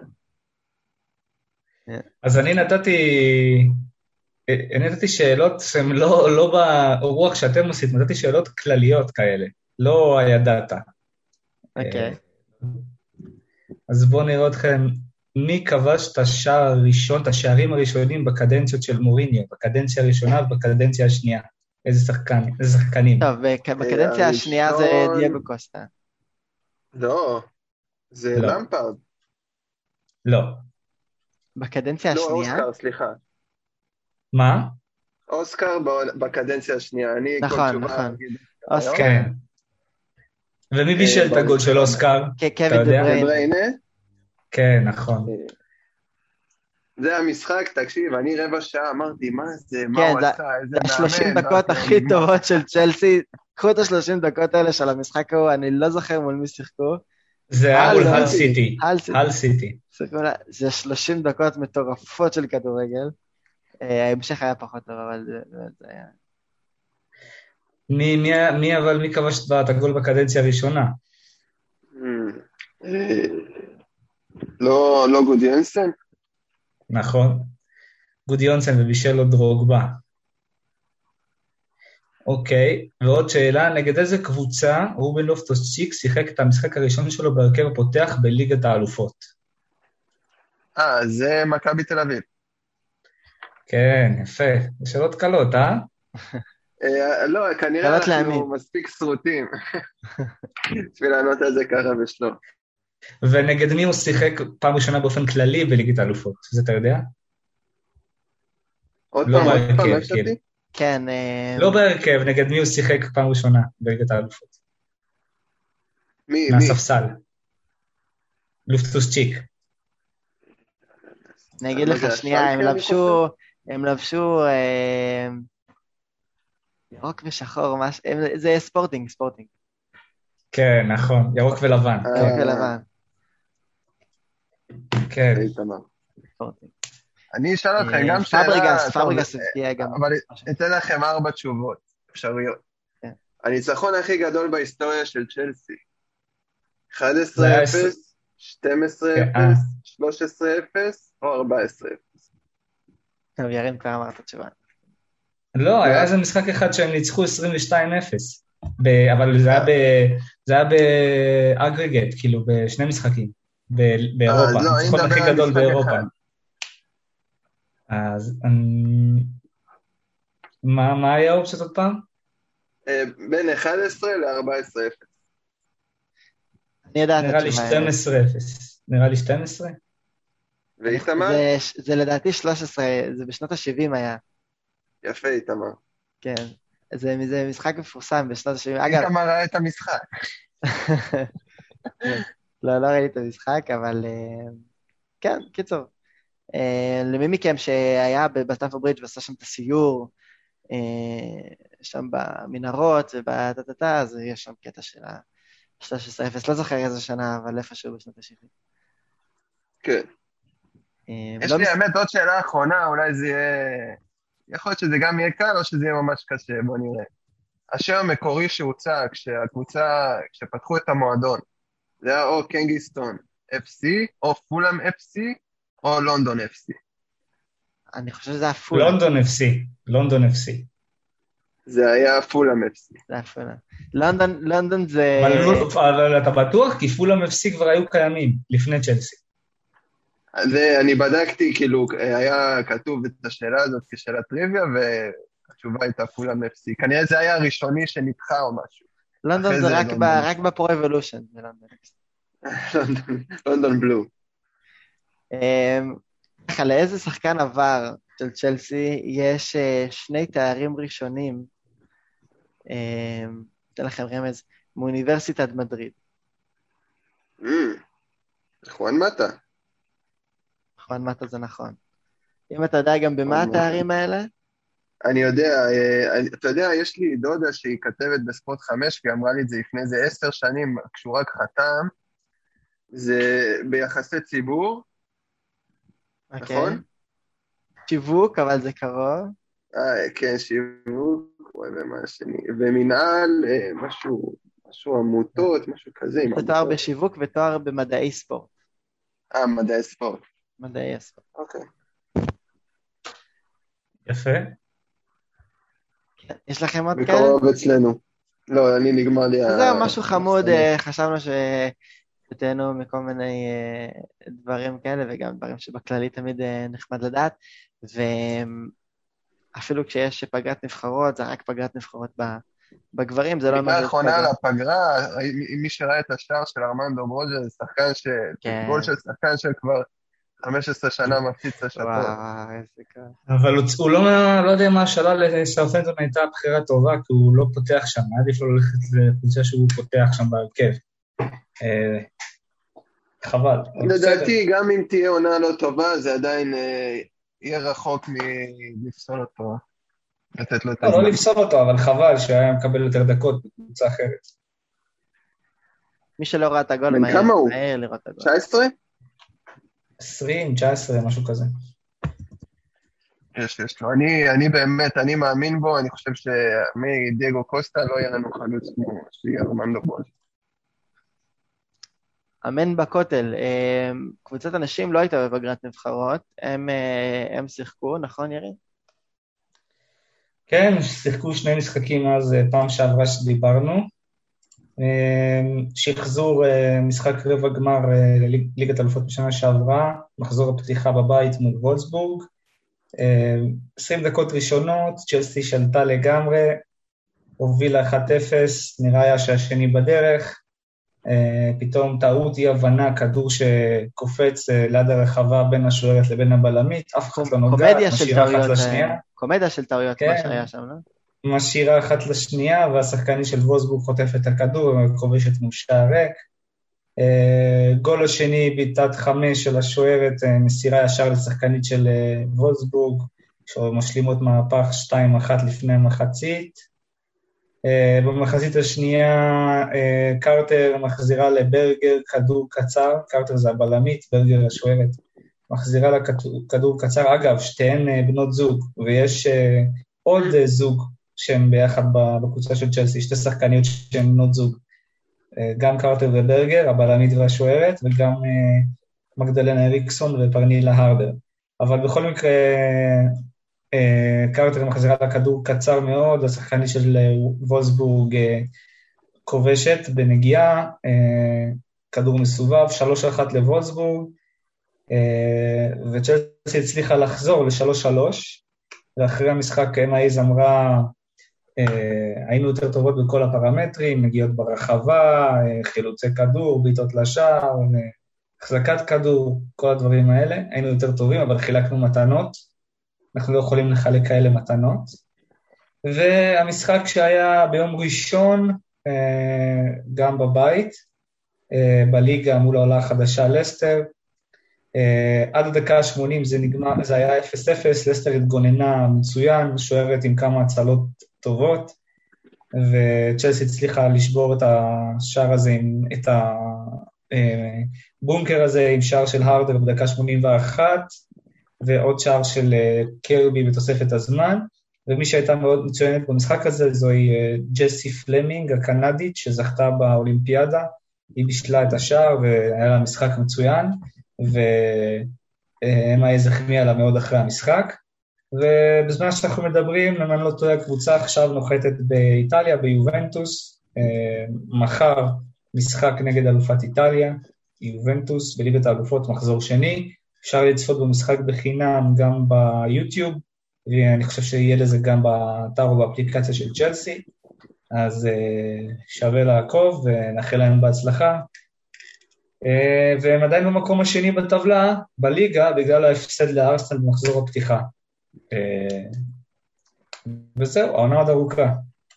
אז אני נתתי, אני נתתי שאלות שהן לא, לא ברוח שאתם עושים, נתתי שאלות כלליות כאלה, לא הידעת. אוקיי. אז בואו נראה אתכם, מי כבש את השער הראשון, את השערים הראשונים בקדנציות של מוריניו, בקדנציה הראשונה ובקדנציה השנייה? איזה שחקן, איזה שחקנים? טוב, בק- בקדנציה השנייה זה הראשון- דייגו קוסטה. לא, זה לא. למפרד. לא. בקדנציה לא, השנייה? אוסקר, סליחה. מה? אוסקר ב- בקדנציה השנייה, אני כל נכון, תשובה נכון. אגיד. אוסקר. כן. ומי בישל את הגול של אוסקר? כן, אתה קווין יודע? דה בריינה. בריינה? כן, נכון. זה המשחק, תקשיב, אני רבע שעה אמרתי, מה זה, מה כן, הוא זה- עשה, איזה זה השלושים מאמן, דקות מה, הכי מה? טובות של צ'לסי. קחו את השלושים דקות האלה של המשחק ההוא, אני לא זוכר מול מי שיחקו. זה היה מול הל הל סיטי. סיטי. הל סיטי. הל סיטי. שיחקו לה- זה שלושים דקות מטורפות של כדורגל. אה, ההמשך היה פחות טוב, אבל זה באמת זה היה... מי, מי, מי אבל מי כבש את הגול בקדנציה הראשונה? אה, לא, לא גודי אנסן? נכון. גודי יונסן ובישל לו דרוגבה. אוקיי, ועוד שאלה, נגד איזה קבוצה רובן לופטוס-צ'יק שיחק את המשחק הראשון שלו בהרכב הפותח בליגת האלופות? אה, זה מכבי תל אביב. כן, יפה. זה שאלות קלות, אה? אה, לא, כנראה קלות אנחנו להאמין. מספיק סרוטים. בשביל לענות על זה ככה ושלא. ונגד מי הוא שיחק פעם ראשונה באופן כללי בליגת האלופות? זה אתה יודע? עוד לא פעם, עוד פעם, בהרכב, לא כאילו. ישבתי? כן, אה, לא בהרכב, נגד מי הוא שיחק פעם ראשונה בליגת האלופות? מי, מי? מהספסל. לופטוס-צ'יק. אני אגיד לא לך יודע, שנייה, הם שלקה, אני לבשו, הם לבשו אה, ירוק ושחור, מש- הם- זה ספורטינג, ספורטינג, כן, נכון, ירוק ולבן. אה, ירוק ולבן, כן. איתמר. ספורטינג. אני אשאל אתכם אה, גם שאלה... פבריגס, טוב, פבריגס הבקיע גם. אבל אתן לכם ארבע תשובות אפשריות. כן. הניצחון הכי גדול בהיסטוריה של צ'לסי. אחד זה עשרה היה אפס, שתים עשרה כן, אפס, שלוש עשרה אפס או ארבע עשרה אפס. טוב, ירין כבר אמר את התשובה. לא, היה איזה משחק אחד שהם ניצחו עשרים ושתיים אפס. ב- אבל זה היה ב- זה היה באגרגט, כאילו, בשני משחקים. ב- באירופה. אז לא, אני הניצחון מדבר הכי על גדול משחק באירופה. אחד. אז אמ, מה מה היה האופציות עוד פעם? אה, בין אחד עשרה ל-ארבע עשרה אפס. אני יודעת את נראה לי התשובה. שתים עשרה אפס. נראה לי שתים עשרה? ואיתמר? זה- זה לדעתי שלוש עשרה, זה בשנות ה-שבעים היה, יפה, איתמר. כן. זה זה משחק מפורסם בשנות ה-שבעים. אגב, איתמר ראה את המשחק. לא, לא ראיתי את המשחק, אבל אה, כן, קיצור. אה, למי מכם שהיה בסטמפורד ברידג' ועשה שם את הסיור, שם במנהרות ובטטטה, אז יש שם קטע של ה-שלוש עשרה אפס, לא זוכר איזה שנה, אבל איפשהו בשנות ה-שבעים. כן. יש לי האמת עוד שאלה אחרונה, אולי זה יהיה... יכול להיות שזה גם יהיה קל או שזה יהיה ממש קשה, בוא נראה. השם המקורי שהוצא כשהקבוצה, כשפתחו את המועדון, זה היה או קנגיסטון אף סי, או פולאם אף סי, או לונדון אף סי. אני חושב שזה היה פולאם. לונדון אף סי, לונדון אף סי. זה היה פולאם אף סי. זה היה פולאם. לונדון, לונדון זה... אבל אתה בטוח? כי פולאם אף סי כבר היו קיימים לפני צ'לסי. זה, אני בדקתי, כאילו, היה כתוב את השאלה הזאת כשאלה טריוויה, והתשובה הייתה פולאם אף סי. כנראה זה היה הראשוני שנדחה או משהו. לונדון זה רק, ב, רק בפרו-אבולושן. לונדון בלו. ככה, לאיזה שחקן עבר של צ'לסי יש שני תארים ראשונים, אתן לכם רמז, מאוניברסיטת מדריד. חואן מטה. חואן מטה זה נכון. אם אתה יודע גם במה התארים האלה? אני יודע, אתה יודע, יש לי דודה שהיא כתבת בספורט חמש, והיא אמרה לי את זה לפני איזה עשר שנים, כשהוא רק חתם, זה ביחסי ציבור, נכון? שיווק, אבל זה קרוב. אה, כן, שיווק, ומה השני, ומנהל, משהו, משהו עמותות, משהו כזה. זה תואר בשיווק ותואר במדעי ספורט. אה, מדעי ספורט. מדעי הספורט. אוקיי. יפה. יש לכם עוד כאלה? בקרוב אצלנו. לא, אני נגמר לי... זהו, משהו חמוד, חשבנו שתתנו מכל מיני דברים כאלה, וגם דברים שבכללי תמיד נחמד לדעת, ואפילו כשיש פגרת נבחרות, זה רק פגרת נבחרות בגברים, זה לא... מילה האחרונה על הפגרה, מי שראה את השער של ארמנדו ברוג'ה, זה שחקן ש... גול של שחקן של כבר חמש עשרה שנה מפציץ השפות. וואו, איזה קל. אבל הוא לא, לא יודע מה השאלה לסאות'המפטון הייתה בחירה טובה, כי הוא לא פותח שם, עדיף לו ללכת לקבוצה שהוא פותח שם בהרכב. חבל. לדעתי, גם אם תהיה עונה לא טובה, זה עדיין יהיה רחוק מלפסול אותו. לתת לו את הזמן. לא לפסול אותו, אבל חבל שהיה מקבל יותר דקות בקבוצה אחרת. מי שלא ראה את הגול, מהר, כמה הוא? מהר לראות את הגול. תשע עשרה? עשרים, תשע עשרה, משהו כזה. יש, יש לו. אני, אני באמת, אני מאמין בו, אני חושב שמדייגו קוסטה לא יהיה לנו חלוץ כמו שהיא ארמנדו ברוג'ה. אמן בכותל, קבוצת אנשים לא הייתה בפגרת נבחרות, הם, הם שיחקו, נכון ירי? כן, שיחקו שני משחקים אז פעם שעברה שדיברנו, שחזור משחק רבע גמר לליגת אלופות בשנה שעברה, מחזור הפתיחה בבית מול וולסבורג, עשרים דקות ראשונות, צ'לסי שלטה לגמרי, הובילה אחת אפס, נראה היה שהשני בדרך, פתאום טעות אי הבנה, כדור שקופץ ליד הרחבה בין השוערת לבין הבלמית, אף אחד לא נוגע, משאירה אחת לשנייה. קומדיה של טעויות, מה שהיה שם, לא? משאירה אחת לשנייה, והשחקני של וולסבורג חוטף את הכדור, וכובשת מול שער ריק. גול השני ביתת חמש של השוערת, מסירה ישר לשחקנית של וולסבורג, שמשלימות מהפך שתיים אחת לפני המחצית. במחצית השנייה, קרטר מחזירה לברגר כדור קצר, קרטר זה הבלמית, ברגר השוערת, מחזירה לה כדור קצר, אגב, שתיהן בנות זוג, ויש עוד זוג שהם ביחד בקבוצה של צ'לסי, שתי שחקניות שהן בנות זוג, גם קרטר וברגר, הבלמית והשוערת, וגם מגדלנה ריקסון ופרנילה הרדר. אבל בכל מקרה, קרטר מחזירה לה כדור קצר מאוד, השחקנית של וולסבורג כובשת בנגיעה, כדור מסובב, שלוש אחת לוולסבורג, וצ'לסי הצליחה לחזור ל-שלוש שלוש, ואחרי המשחק אמאיז אמרה, היינו יותר טובות בכל הפרמטרים, מגיעות ברחבה, חילוצי כדור, ביטות לשער, החזקת כדור, כל הדברים האלה, היינו יותר טובים, אבל חילקנו מתנות, אנחנו לא יכולים לחלק כאלה מתנות, והמשחק שהיה ביום ראשון, גם בבית, בליגה מול העולה החדשה לסטר, עד הדקה ה-שמונים זה נגמר, זה היה אפס אפס, לסטר התגוננה מצוין, שוערת עם כמה הצלות טובות, וצ'לסי הצליחה לשבור את השער הזה, עם, את הבונקר הזה עם שער של הרדר בדקה שמונים ואחת, ועוד שער של קרבי בתוספת הזמן, ומי שהייתה מאוד מצוינת במשחק הזה, זוהי ג'סי פלמינג, הקנדית, שזכתה באולימפיאדה, היא בישלה את השער, והיה לה משחק מצוין, ואמה הזכמיה לה מאוד אחרי המשחק, ובזמן שאנחנו מדברים, אם אני לא טועה, הקבוצה עכשיו נוחתת באיטליה, ביובנטוס, מחר משחק נגד אלופת איטליה, יובנטוס, בליגת האלופות, מחזור שני, אפשר לצפות במשחק בחינם גם ביוטיוב, ואני חושב שיהיה לזה גם באתר או באפליקציה של צ'לסי, אז שווה לעקוב ונאחל להם בהצלחה. והם עדיין במקום השני בטבלה, בליגה, בגלל ההפסד לארסנל במחזור הפתיחה. וזהו, העונה עוד ארוכה.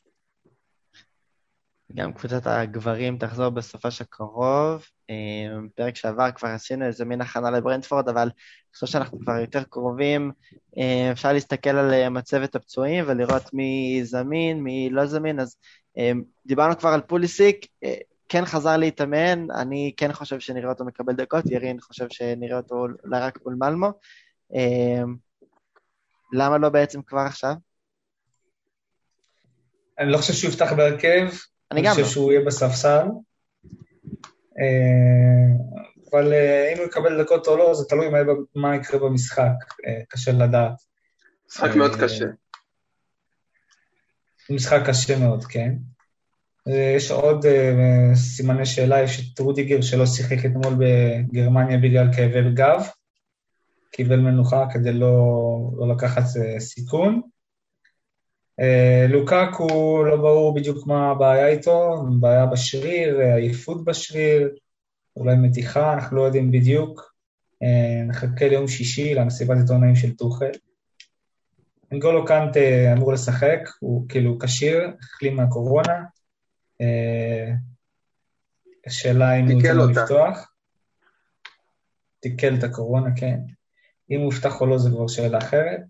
גם קבוצת הגברים תחזור בסופש הקרוב, פרק שעבר כבר עשינו איזה מין הכנה לברנטפורד, אבל אני חושב שאנחנו כבר יותר קרובים, אפשר להסתכל על מצבת הפצועים ולראות מי זמין, מי לא זמין, אז דיברנו כבר על פוליסיק, כן חזר להתאמן, אני כן חושב שנראה אותו מקבל דקות, ירין חושב שנראה אותו אולי רק מול מלמו, למה לא בעצם כבר עכשיו? אני לא חושב שהוא יפתח בהרכב, אני גם לא. אני חושב שהוא יהיה בספסל, אבל אם הוא יקבל דקות או לא, זה תלוי מה יקרה במשחק, קשה לדעת. משחק מאוד קשה. משחק קשה מאוד, כן. יש עוד סימני שאלה, יש את רודיגר שלא שיחק אתמול בגרמניה בגלל כאבי גב, קיבל מנוחה כדי לא, לא לקחת סיכון. לוקאקו לא ברור בדיוק מה הבעיה איתו, בעיה בשריר, עייפות בשריר, אולי מתיחה, אנחנו לא יודעים בדיוק. נחכה ליום שישי למסיבת עיתונאים של טוחל. אנגולו קנטה אמור לשחק, הוא כאילו קשיר, החלים מהקורונה. השאלה אם הוא יתנו לפתוח. תיקל את הקורונה, כן. אם הוא יפתח או לא זה כבר שאלה אחרת.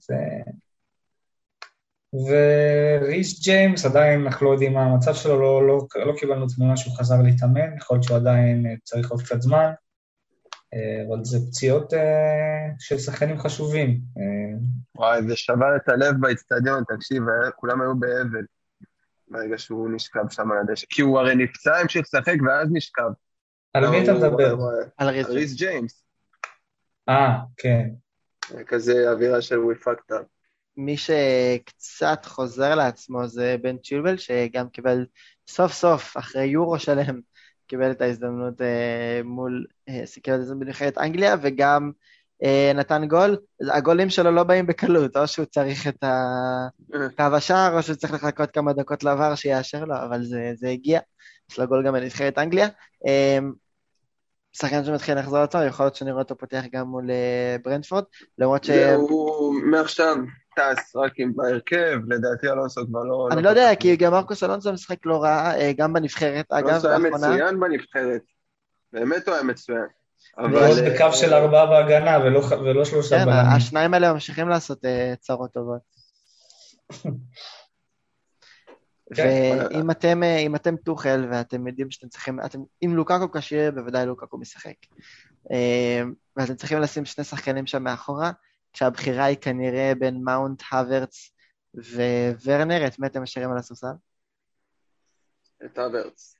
וריס ג'יימס, עדיין אנחנו לא יודעים מה המצב שלו, לא, לא, לא קיבלנו תמונה שהוא חזר להתאמן, יכול להיות שהוא עדיין צריך עוד קצת זמן, אבל זה פציעות של שחקנים חשובים. וואי, זה שבר את הלב באצטדיון, תקשיב, כולם היו באבל, ברגע שהוא נשכב שם על הדשא, כי הוא הרי נפצע, המשיך לשחק ואז נשכב. על מי אתה מדבר? על ריס ג'יימס. אה, כן. כזה אווירה של we fucked up. מי שקצת חוזר לעצמו זה בן צ'ילבל, שגם קיבל סוף סוף, אחרי יורו שלם, קיבל את ההזדמנות אה, מול, אה, קיבל את ההזדמנות בנבחרת אנגליה, וגם אה, נתן גול. הגולים שלו לא באים בקלות, או שהוא צריך את קו השער, או שהוא צריך לחכות כמה דקות לעבר שיאשר לו, אבל זה, זה הגיע. יש לו גול גם בנבחרת אנגליה. אה, שחקן שמתחיל לחזור אותו, יכול להיות שנראה אותו פותח גם מול אה, ברנטפורד, למרות ש... זהו, מעכשיו... טס רק עם בהרכב, לדעתי אלונסו כבר לא... אני לא יודע, כי גם מרקוס אלונסו משחק לא רע, גם בנבחרת, אגב, אלונסו היה מצוין בנבחרת, באמת הוא היה מצוין. ועוד בקו של ארבעה בהגנה, ולא שלושה בלמים. כן, השניים האלה ממשיכים לעשות צרות טובות. ואם אתם, אם אתם טוחל, ואתם יודעים שאתם צריכים, אם לוקאקו קשיר, בוודאי לוקאקו משחק. ואתם צריכים לשים שני שחקנים שם מאחורה, כשהבחירה היא כנראה בין מאונט, הוורץ וורנר, את מי אתם משאירים על הסוסל? את הוורץ.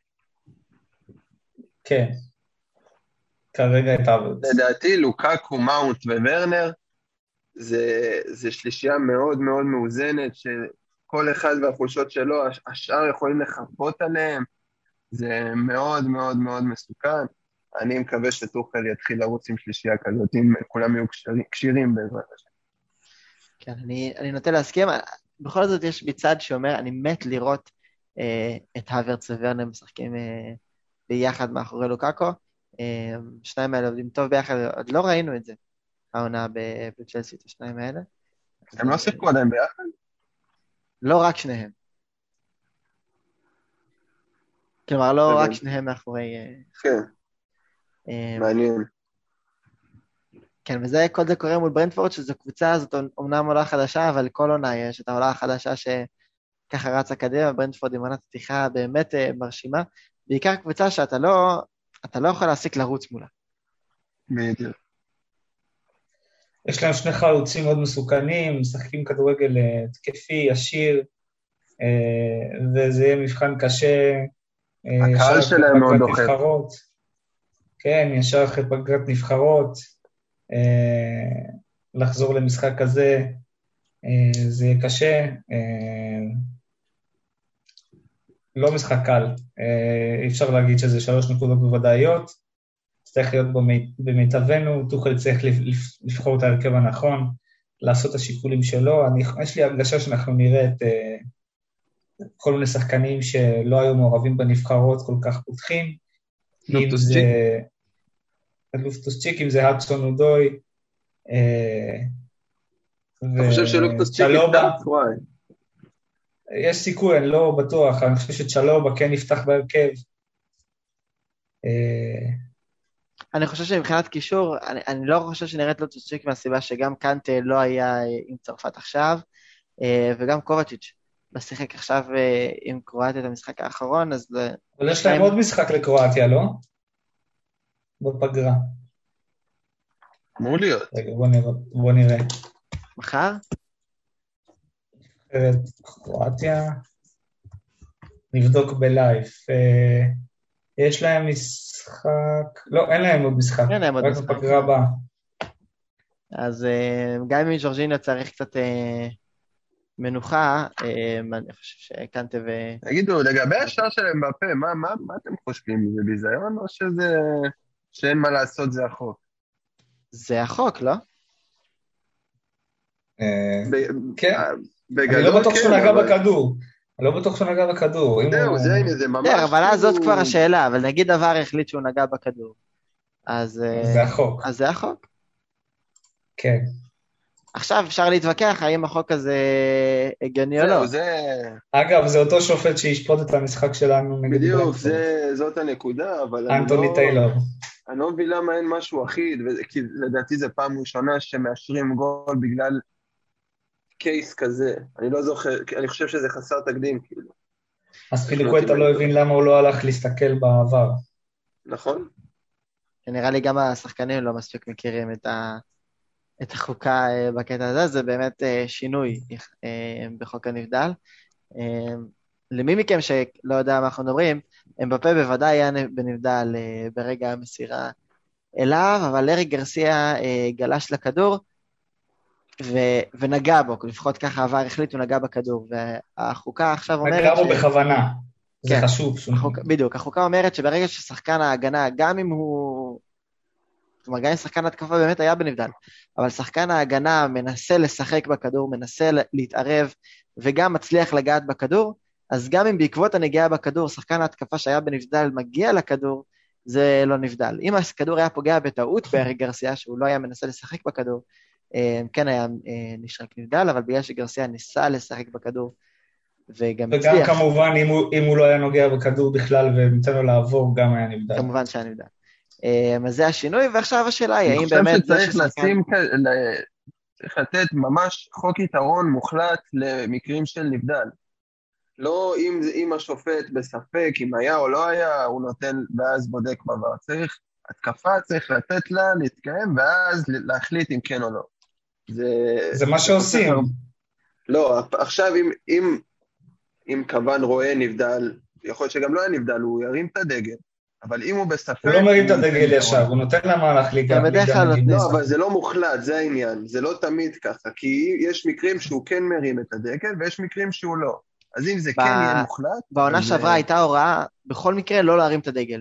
כן. כרגע את הוורץ. לדעתי, לוקאקו, מאונט וורנר, זה, זה שלישייה מאוד מאוד מאוזנת, שכל אחד והחולשות שלו, השאר יכולים לחפות עליהם, זה מאוד מאוד מאוד מסוכן. אני מקווה שטוחל יתחיל לרוץ עם שלישייה כזאת, אם כולם יהיו קשירים בעזרת השם. כן, אני, אני נוטה להסכים. בכל זאת יש מצד שאומר, אני מת לראות אה, את הוורץ וורנר משחקים אה, ביחד מאחורי לוקאקו. אה, שניים האלה עובדים טוב ביחד, עוד לא ראינו את זה, העונה בצ'לסי, את השניים האלה. הם לא שיחקו עדיין ביחד? לא רק שניהם. כלומר, לא רק שניהם מאחורי... כן. מעניין. כן, וזה, כל זה קורה מול ברנטפורד, שזו קבוצה, זאת אומנם עולה חדשה, אבל כל עונה יש את העולה החדשה שככה רצה קדימה, ברנטפורד עם עונת פתיחה באמת אה, מרשימה, בעיקר קבוצה שאתה לא, אתה לא יכול להסיק לרוץ מולה. בדיוק. יש להם שני חלוצים מאוד מסוכנים, משחקים כדורגל תקפי, ישיר, וזה יהיה מבחן קשה. הקהל שלהם מאוד דוחף. כן, ישר אחרי פגרת נבחרות, לחזור למשחק כזה, זה יהיה קשה. לא משחק קל, אי אפשר להגיד שזה שלוש נקודות בוודאיות, צריך להיות במיטבנו, תוכל צריך לבחור את ההרכב הנכון, לעשות את השיקולים שלו. אני, יש לי הרגשה שאנחנו נראה את uh, כל מיני שחקנים שלא היו מעורבים בנבחרות כל כך פותחים. לופטוס-צ'יק. לופטוס-צ'יק, אם זה הדסון אודוי. אתה חושב שלופטוס-צ'יק יפתח? וואי. יש סיכוי, אני לא בטוח, אני חושב שצ'לובה כן יפתח בהרכב. אני חושב שמבחינת קישור, אני, אני לא חושב שנראית לופטוס-צ'יק מהסיבה שגם קנטה לא היה עם צרפת עכשיו, וגם קובצ'יץ' בשיחק עכשיו עם קרואטיה את המשחק האחרון, אז... אבל יש להם עוד משחק לקרואטיה, לא? בפגרה. אמור להיות. רגע, בוא נראה. בוא נראה. מחר? קרואטיה, נבדוק בלייב. יש להם משחק, לא, אין להם עוד משחק. אין להם עוד משחק. רק בפגרה הבאה. אז גם אם ז'ורג'יניו צריך קצת מנוחה, אני חושב שקנטה ו... תגידו, לגבי השאר שלהם בפה, מה, מה, מה אתם חושבים? זה ביזיון או שזה, שאין מה לעשות, זה החוק? זה החוק, לא? כן. אני לא בטוח שהוא נגע בכדור. אני לא בטוח שהוא נגע בכדור. זהו, זה הנה, זה ממש... אבל אז זאת כבר השאלה, אבל נגיד דבר החליט שהוא נגע בכדור. אז... זה החוק. אז זה החוק? כן. עכשיו אפשר להתווכח האם החוק הזה הגיוני או לא. זה... אגב, זה אותו שופט שישפוט את המשחק שלנו. בדיוק, זאת הנקודה, אבל... אנטוני טיילור. אני לא מבין למה אין משהו אחיד, כי לדעתי זה פעם ראשונה שמאשרים גול בגלל קייס כזה. אני לא זוכר, אני חושב שזה חסר תקדים, כאילו. אז פיליקווטה לא הבין למה הוא לא הלך להסתכל בעבר. נכון. נראה לי גם השחקנים לא מספיק מכירים את ה... את החוקה בקטע הזה, זה באמת שינוי בחוק הנבדל. למי מכם שלא יודע מה אנחנו מדברים, אמבפה בוודאי היה בנבדל ברגע המסירה אליו, אבל לארי גרסיה גלש לכדור ו- ונגע בו, לפחות ככה עבר החליט ונגע בכדור, והחוקה עכשיו אומרת... נגע בו ש... בכוונה, זה כן, חשוב. החוק... בדיוק, החוקה אומרת שברגע ששחקן ההגנה, גם אם הוא... כלומר, גם אם שחקן התקפה באמת היה בנבדל, אבל שחקן ההגנה מנסה לשחק בכדור, מנסה להתערב, וגם מצליח לגעת בכדור, אז גם אם בעקבות הנגיעה בכדור, שחקן ההתקפה שהיה בנבדל מגיע לכדור, זה לא נבדל. אם הכדור היה פוגע בטעות בארי גרסיה, שהוא לא היה מנסה לשחק בכדור, כן היה נשרק נבדל, אבל בגלל שגרסיה ניסה לשחק בכדור, וגם הצליח. וגם כמובן, אם הוא, אם הוא לא היה נוגע בכדור בכלל, וניתן לו לעבור, גם היה נבדל. כמובן שהיה נבדל. אז זה השינוי, ועכשיו השאלה היא, האם באמת... אני חושב שצריך לשים, צריך לתת ממש חוק יתרון מוחלט למקרים של נבדל. לא אם, אם השופט בספק, אם היה או לא היה, הוא נותן ואז בודק בעבר. צריך, התקפה צריך לתת לה, להתקיים, ואז להחליט אם כן או לא. זה, זה מה שעושים. לא, עכשיו אם, אם, אם כוון רואה נבדל, יכול להיות שגם לא היה נבדל, הוא ירים את הדגל. אבל אם הוא בספק... הוא לא מרים את הדגל ישר, הוא נותן למה להחליט. לא, אבל זה לא מוחלט, זה העניין. זה לא תמיד ככה, כי יש מקרים שהוא כן מרים את הדגל, ויש מקרים שהוא לא. אז אם זה כן יהיה מוחלט... בעונה שעברה הייתה הוראה, בכל מקרה לא להרים את הדגל.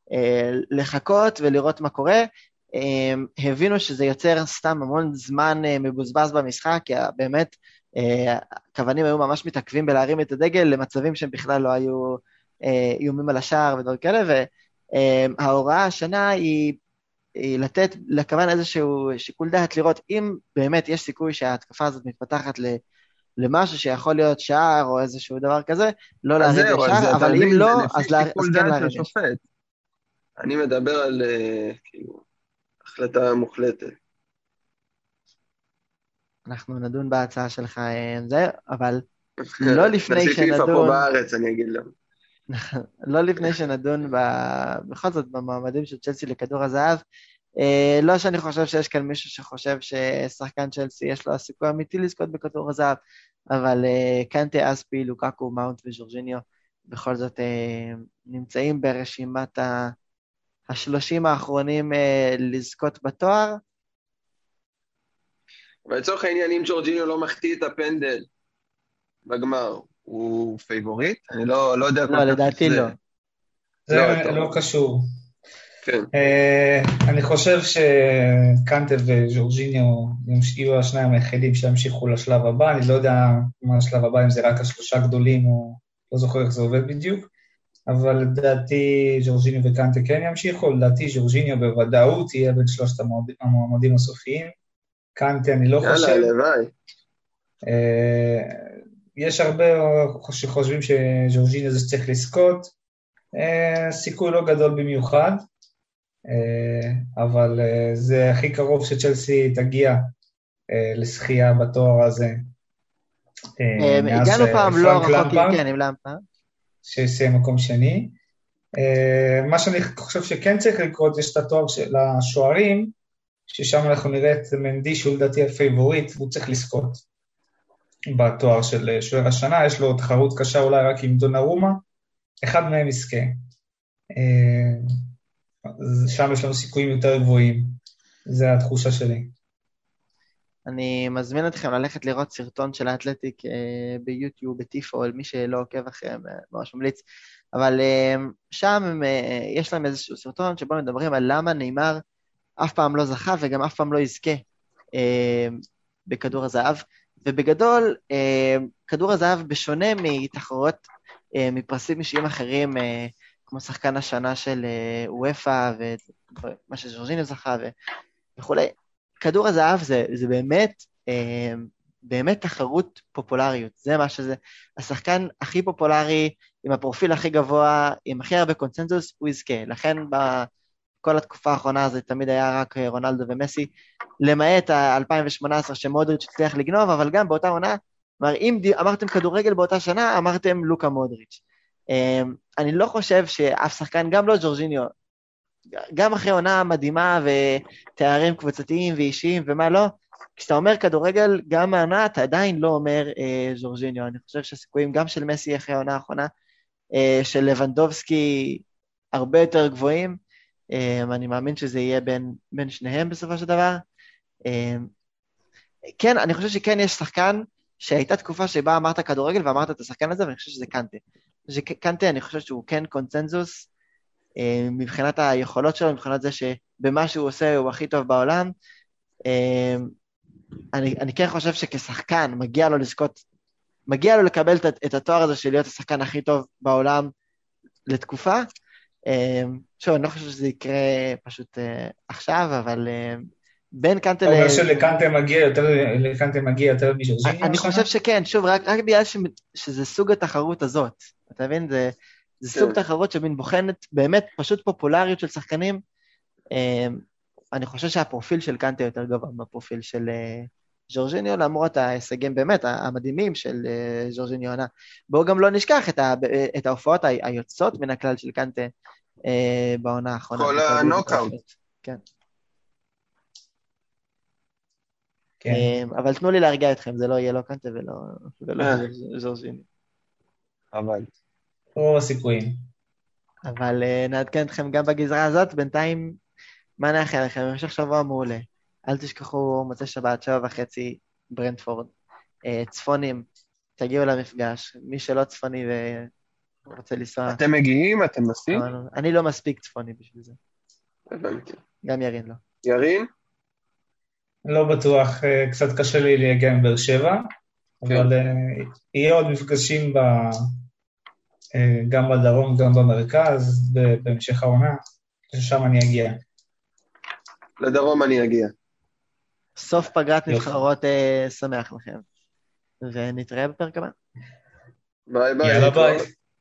לחכות ולראות מה קורה. הבינו שזה יוצר סתם המון זמן מבוזבז במשחק, כי באמת הכוונים היו ממש מתעכבים בלהרים את הדגל, למצבים שהם בכלל לא היו איומים על השער ודבר כאלה, וההוראה השנה היא, היא לתת לכוון איזשהו שיקול דעת, לראות אם באמת יש סיכוי שההתקפה הזאת מתפתחת למשהו שיכול להיות שער או איזשהו דבר כזה, לא להרים את השער, אבל אם לא, אז כן להרים את השער. אני מדבר על כאילו, החלטה מוחלטת. אנחנו נדון בהצעה שלך, זה, אבל לא לפני תעשי טיפה פה שנדון, בארץ, אני אגיד לו. לא לפני שנדון ב... בכל זאת במועמדים של צ'לסי לכדור הזהב, אה, לא שאני חושב שיש כאן מישהו שחושב ששחקן צ'לסי יש לו סיכוי אמיתי לזכות בכדור הזהב, אבל אה, קנטה, אספי, לוקאקו, מאונט וג'ורג'יניו בכל זאת אה, נמצאים ברשימת ה... השלושים האחרונים אה, לזכות בתואר. ולצורך העניין, אם ג'ורג'יניו לא מחטיא את הפנדל בגמר, הוא פייבוריט? אני לא, לא יודע... לא, לדעתי לא. זה לא, לא קשור. כן. Uh, אני חושב שקנטה וג'ורג'יניו יהיו השניים היחידים שימשיכו לשלב הבא, אני לא יודע מה השלב הבא, אם זה רק השלושה גדולים, או לא זוכר איך זה עובד בדיוק, אבל לדעתי ג'ורג'יניו וקנטה כן ימשיכו, לדעתי ג'ורג'יניו בוודאות יהיה בין שלושת המועמדים הסופיים, קנטה אני לא חושב. יאללה, לוואי. Uh, יש הרבה שחושבים שג'ורג'יניו זה צריך לזכות, uh, סיכוי לא גדול במיוחד, אבל זה הכי קרוב שצ'לסי תגיע לשחייה בתואר הזה. הגענו פעם לא רחוק, כן, עם למפרד. שסיים מקום שני. מה שאני חושב שכן צריך לקרות, יש את התואר של השוערים, ששם אנחנו נראה את מנדי, שהוא לדעתי הפייבוריט, והוא צריך לזכות בתואר של שוער השנה, יש לו תחרות קשה אולי רק עם דונרומה, אחד מהם יזכה. שם יש לנו סיכויים יותר גבוהים, זה התחושה שלי. אני מזמין אתכם ללכת לראות סרטון של האתלטיק אה, ביוטיוב, בטיפו, מי שלא עוקב אחריהם, אה, ממש ממליץ, אבל אה, שם אה, יש להם איזשהו סרטון שבו מדברים על למה ניימר אף פעם לא זכה וגם אף פעם לא יזכה אה, בכדור הזהב, ובגדול אה, כדור הזהב בשונה מתחרויות, אה, מפרסים אישיים אחרים, אה, כמו שחקן השנה של וופא, ומה שג'ורג'יניו זכה וכולי. כדור הזהב זה, זה באמת, באמת תחרות פופולריות. זה מה שזה, השחקן הכי פופולרי, עם הפרופיל הכי גבוה, עם הכי הרבה קונצנזוס, הוא יזכה. לכן בכל התקופה האחרונה זה תמיד היה רק רונלדו ומסי, למעט ה-אלפיים ושמונה עשרה שמודריץ' הצליח לגנוב, אבל גם באותה עונה, אם אמרתם כדורגל באותה שנה, אמרתם לוקה מודריץ'. אני לא חושב שאף שחקן, גם לא ג'ורג'יניו, גם אחרי עונה מדהימה ותארים קבוצתיים ואישיים ומה לא, כשאתה אומר כדורגל, גם העונה אתה עדיין לא אומר אה, ג'ורג'יניו. אני חושב שהסיכויים גם של מסי אחרי העונה האחרונה, אה, של לבנדובסקי הרבה יותר גבוהים, אה, אני מאמין שזה יהיה בין, בין שניהם בסופו של דבר. אה, כן, אני חושב שכן יש שחקן, שהייתה תקופה שבה אמרת כדורגל ואמרת את השחקן הזה, ואני חושב שזה קנטה. קנטה, אני חושב שהוא כן קונצנזוס, מבחינת היכולות שלו, מבחינת זה שבמה שהוא עושה הוא הכי טוב בעולם. אני, אני כן חושב שכשחקן מגיע לו לזכות, מגיע לו לקבל את, את התואר הזה של להיות השחקן הכי טוב בעולם לתקופה. שוב, אני לא חושב שזה יקרה פשוט עכשיו, אבל בין קנטה... אתה אומר שלקנטה מגיע יותר, לקנטה מגיע יותר מג'ורג'יניו? אני חושב שכן, שוב, רק, רק בגלל ש, שזה סוג התחרות הזאת. אתה מבין? זה, זה סוג תחרות שמין בוחנת באמת פשוט פופולריות של שחקנים. אני חושב שהפרופיל של קנטה יותר גבוה מהפרופיל של ג'ורג'יניו, למרות ההישגים באמת המדהימים של ג'ורג'יניו. בואו גם לא נשכח את, ה, את ההופעות היוצאות מן הכלל של קנטה בעונה האחרונה. כל הנוקאוט. כן. כן. אבל תנו לי להרגיע אתכם, זה לא יהיה לא קנטה ולא, ולא ג'ורג'יניו. אבל. רוב הסיכויים. אבל נעדכן אתכם גם בגזרה הזאת, בינתיים, מה נאחל לכם? במשך שבוע מעולה. אל תשכחו מוצאי שבת, שבע וחצי, ברנטפורד. צפונים, תגיעו למפגש. מי שלא צפוני ורוצה לנסוע... אתם מגיעים? אתם נוסעים? אני לא מספיק צפוני בשביל זה. הבנתי. גם ירין לא. ירין? לא בטוח, קצת קשה לי להגיע עם באר שבע, אבל יהיה עוד מפגשים גם בדרום, גם במרכז, בהמשך העונה, ששם אני אגיע. לדרום אני אגיע. סוף פגרת נבחרות שמח לכם. ונתראה בפרק הבא. ביי ביי. יאללה ביי.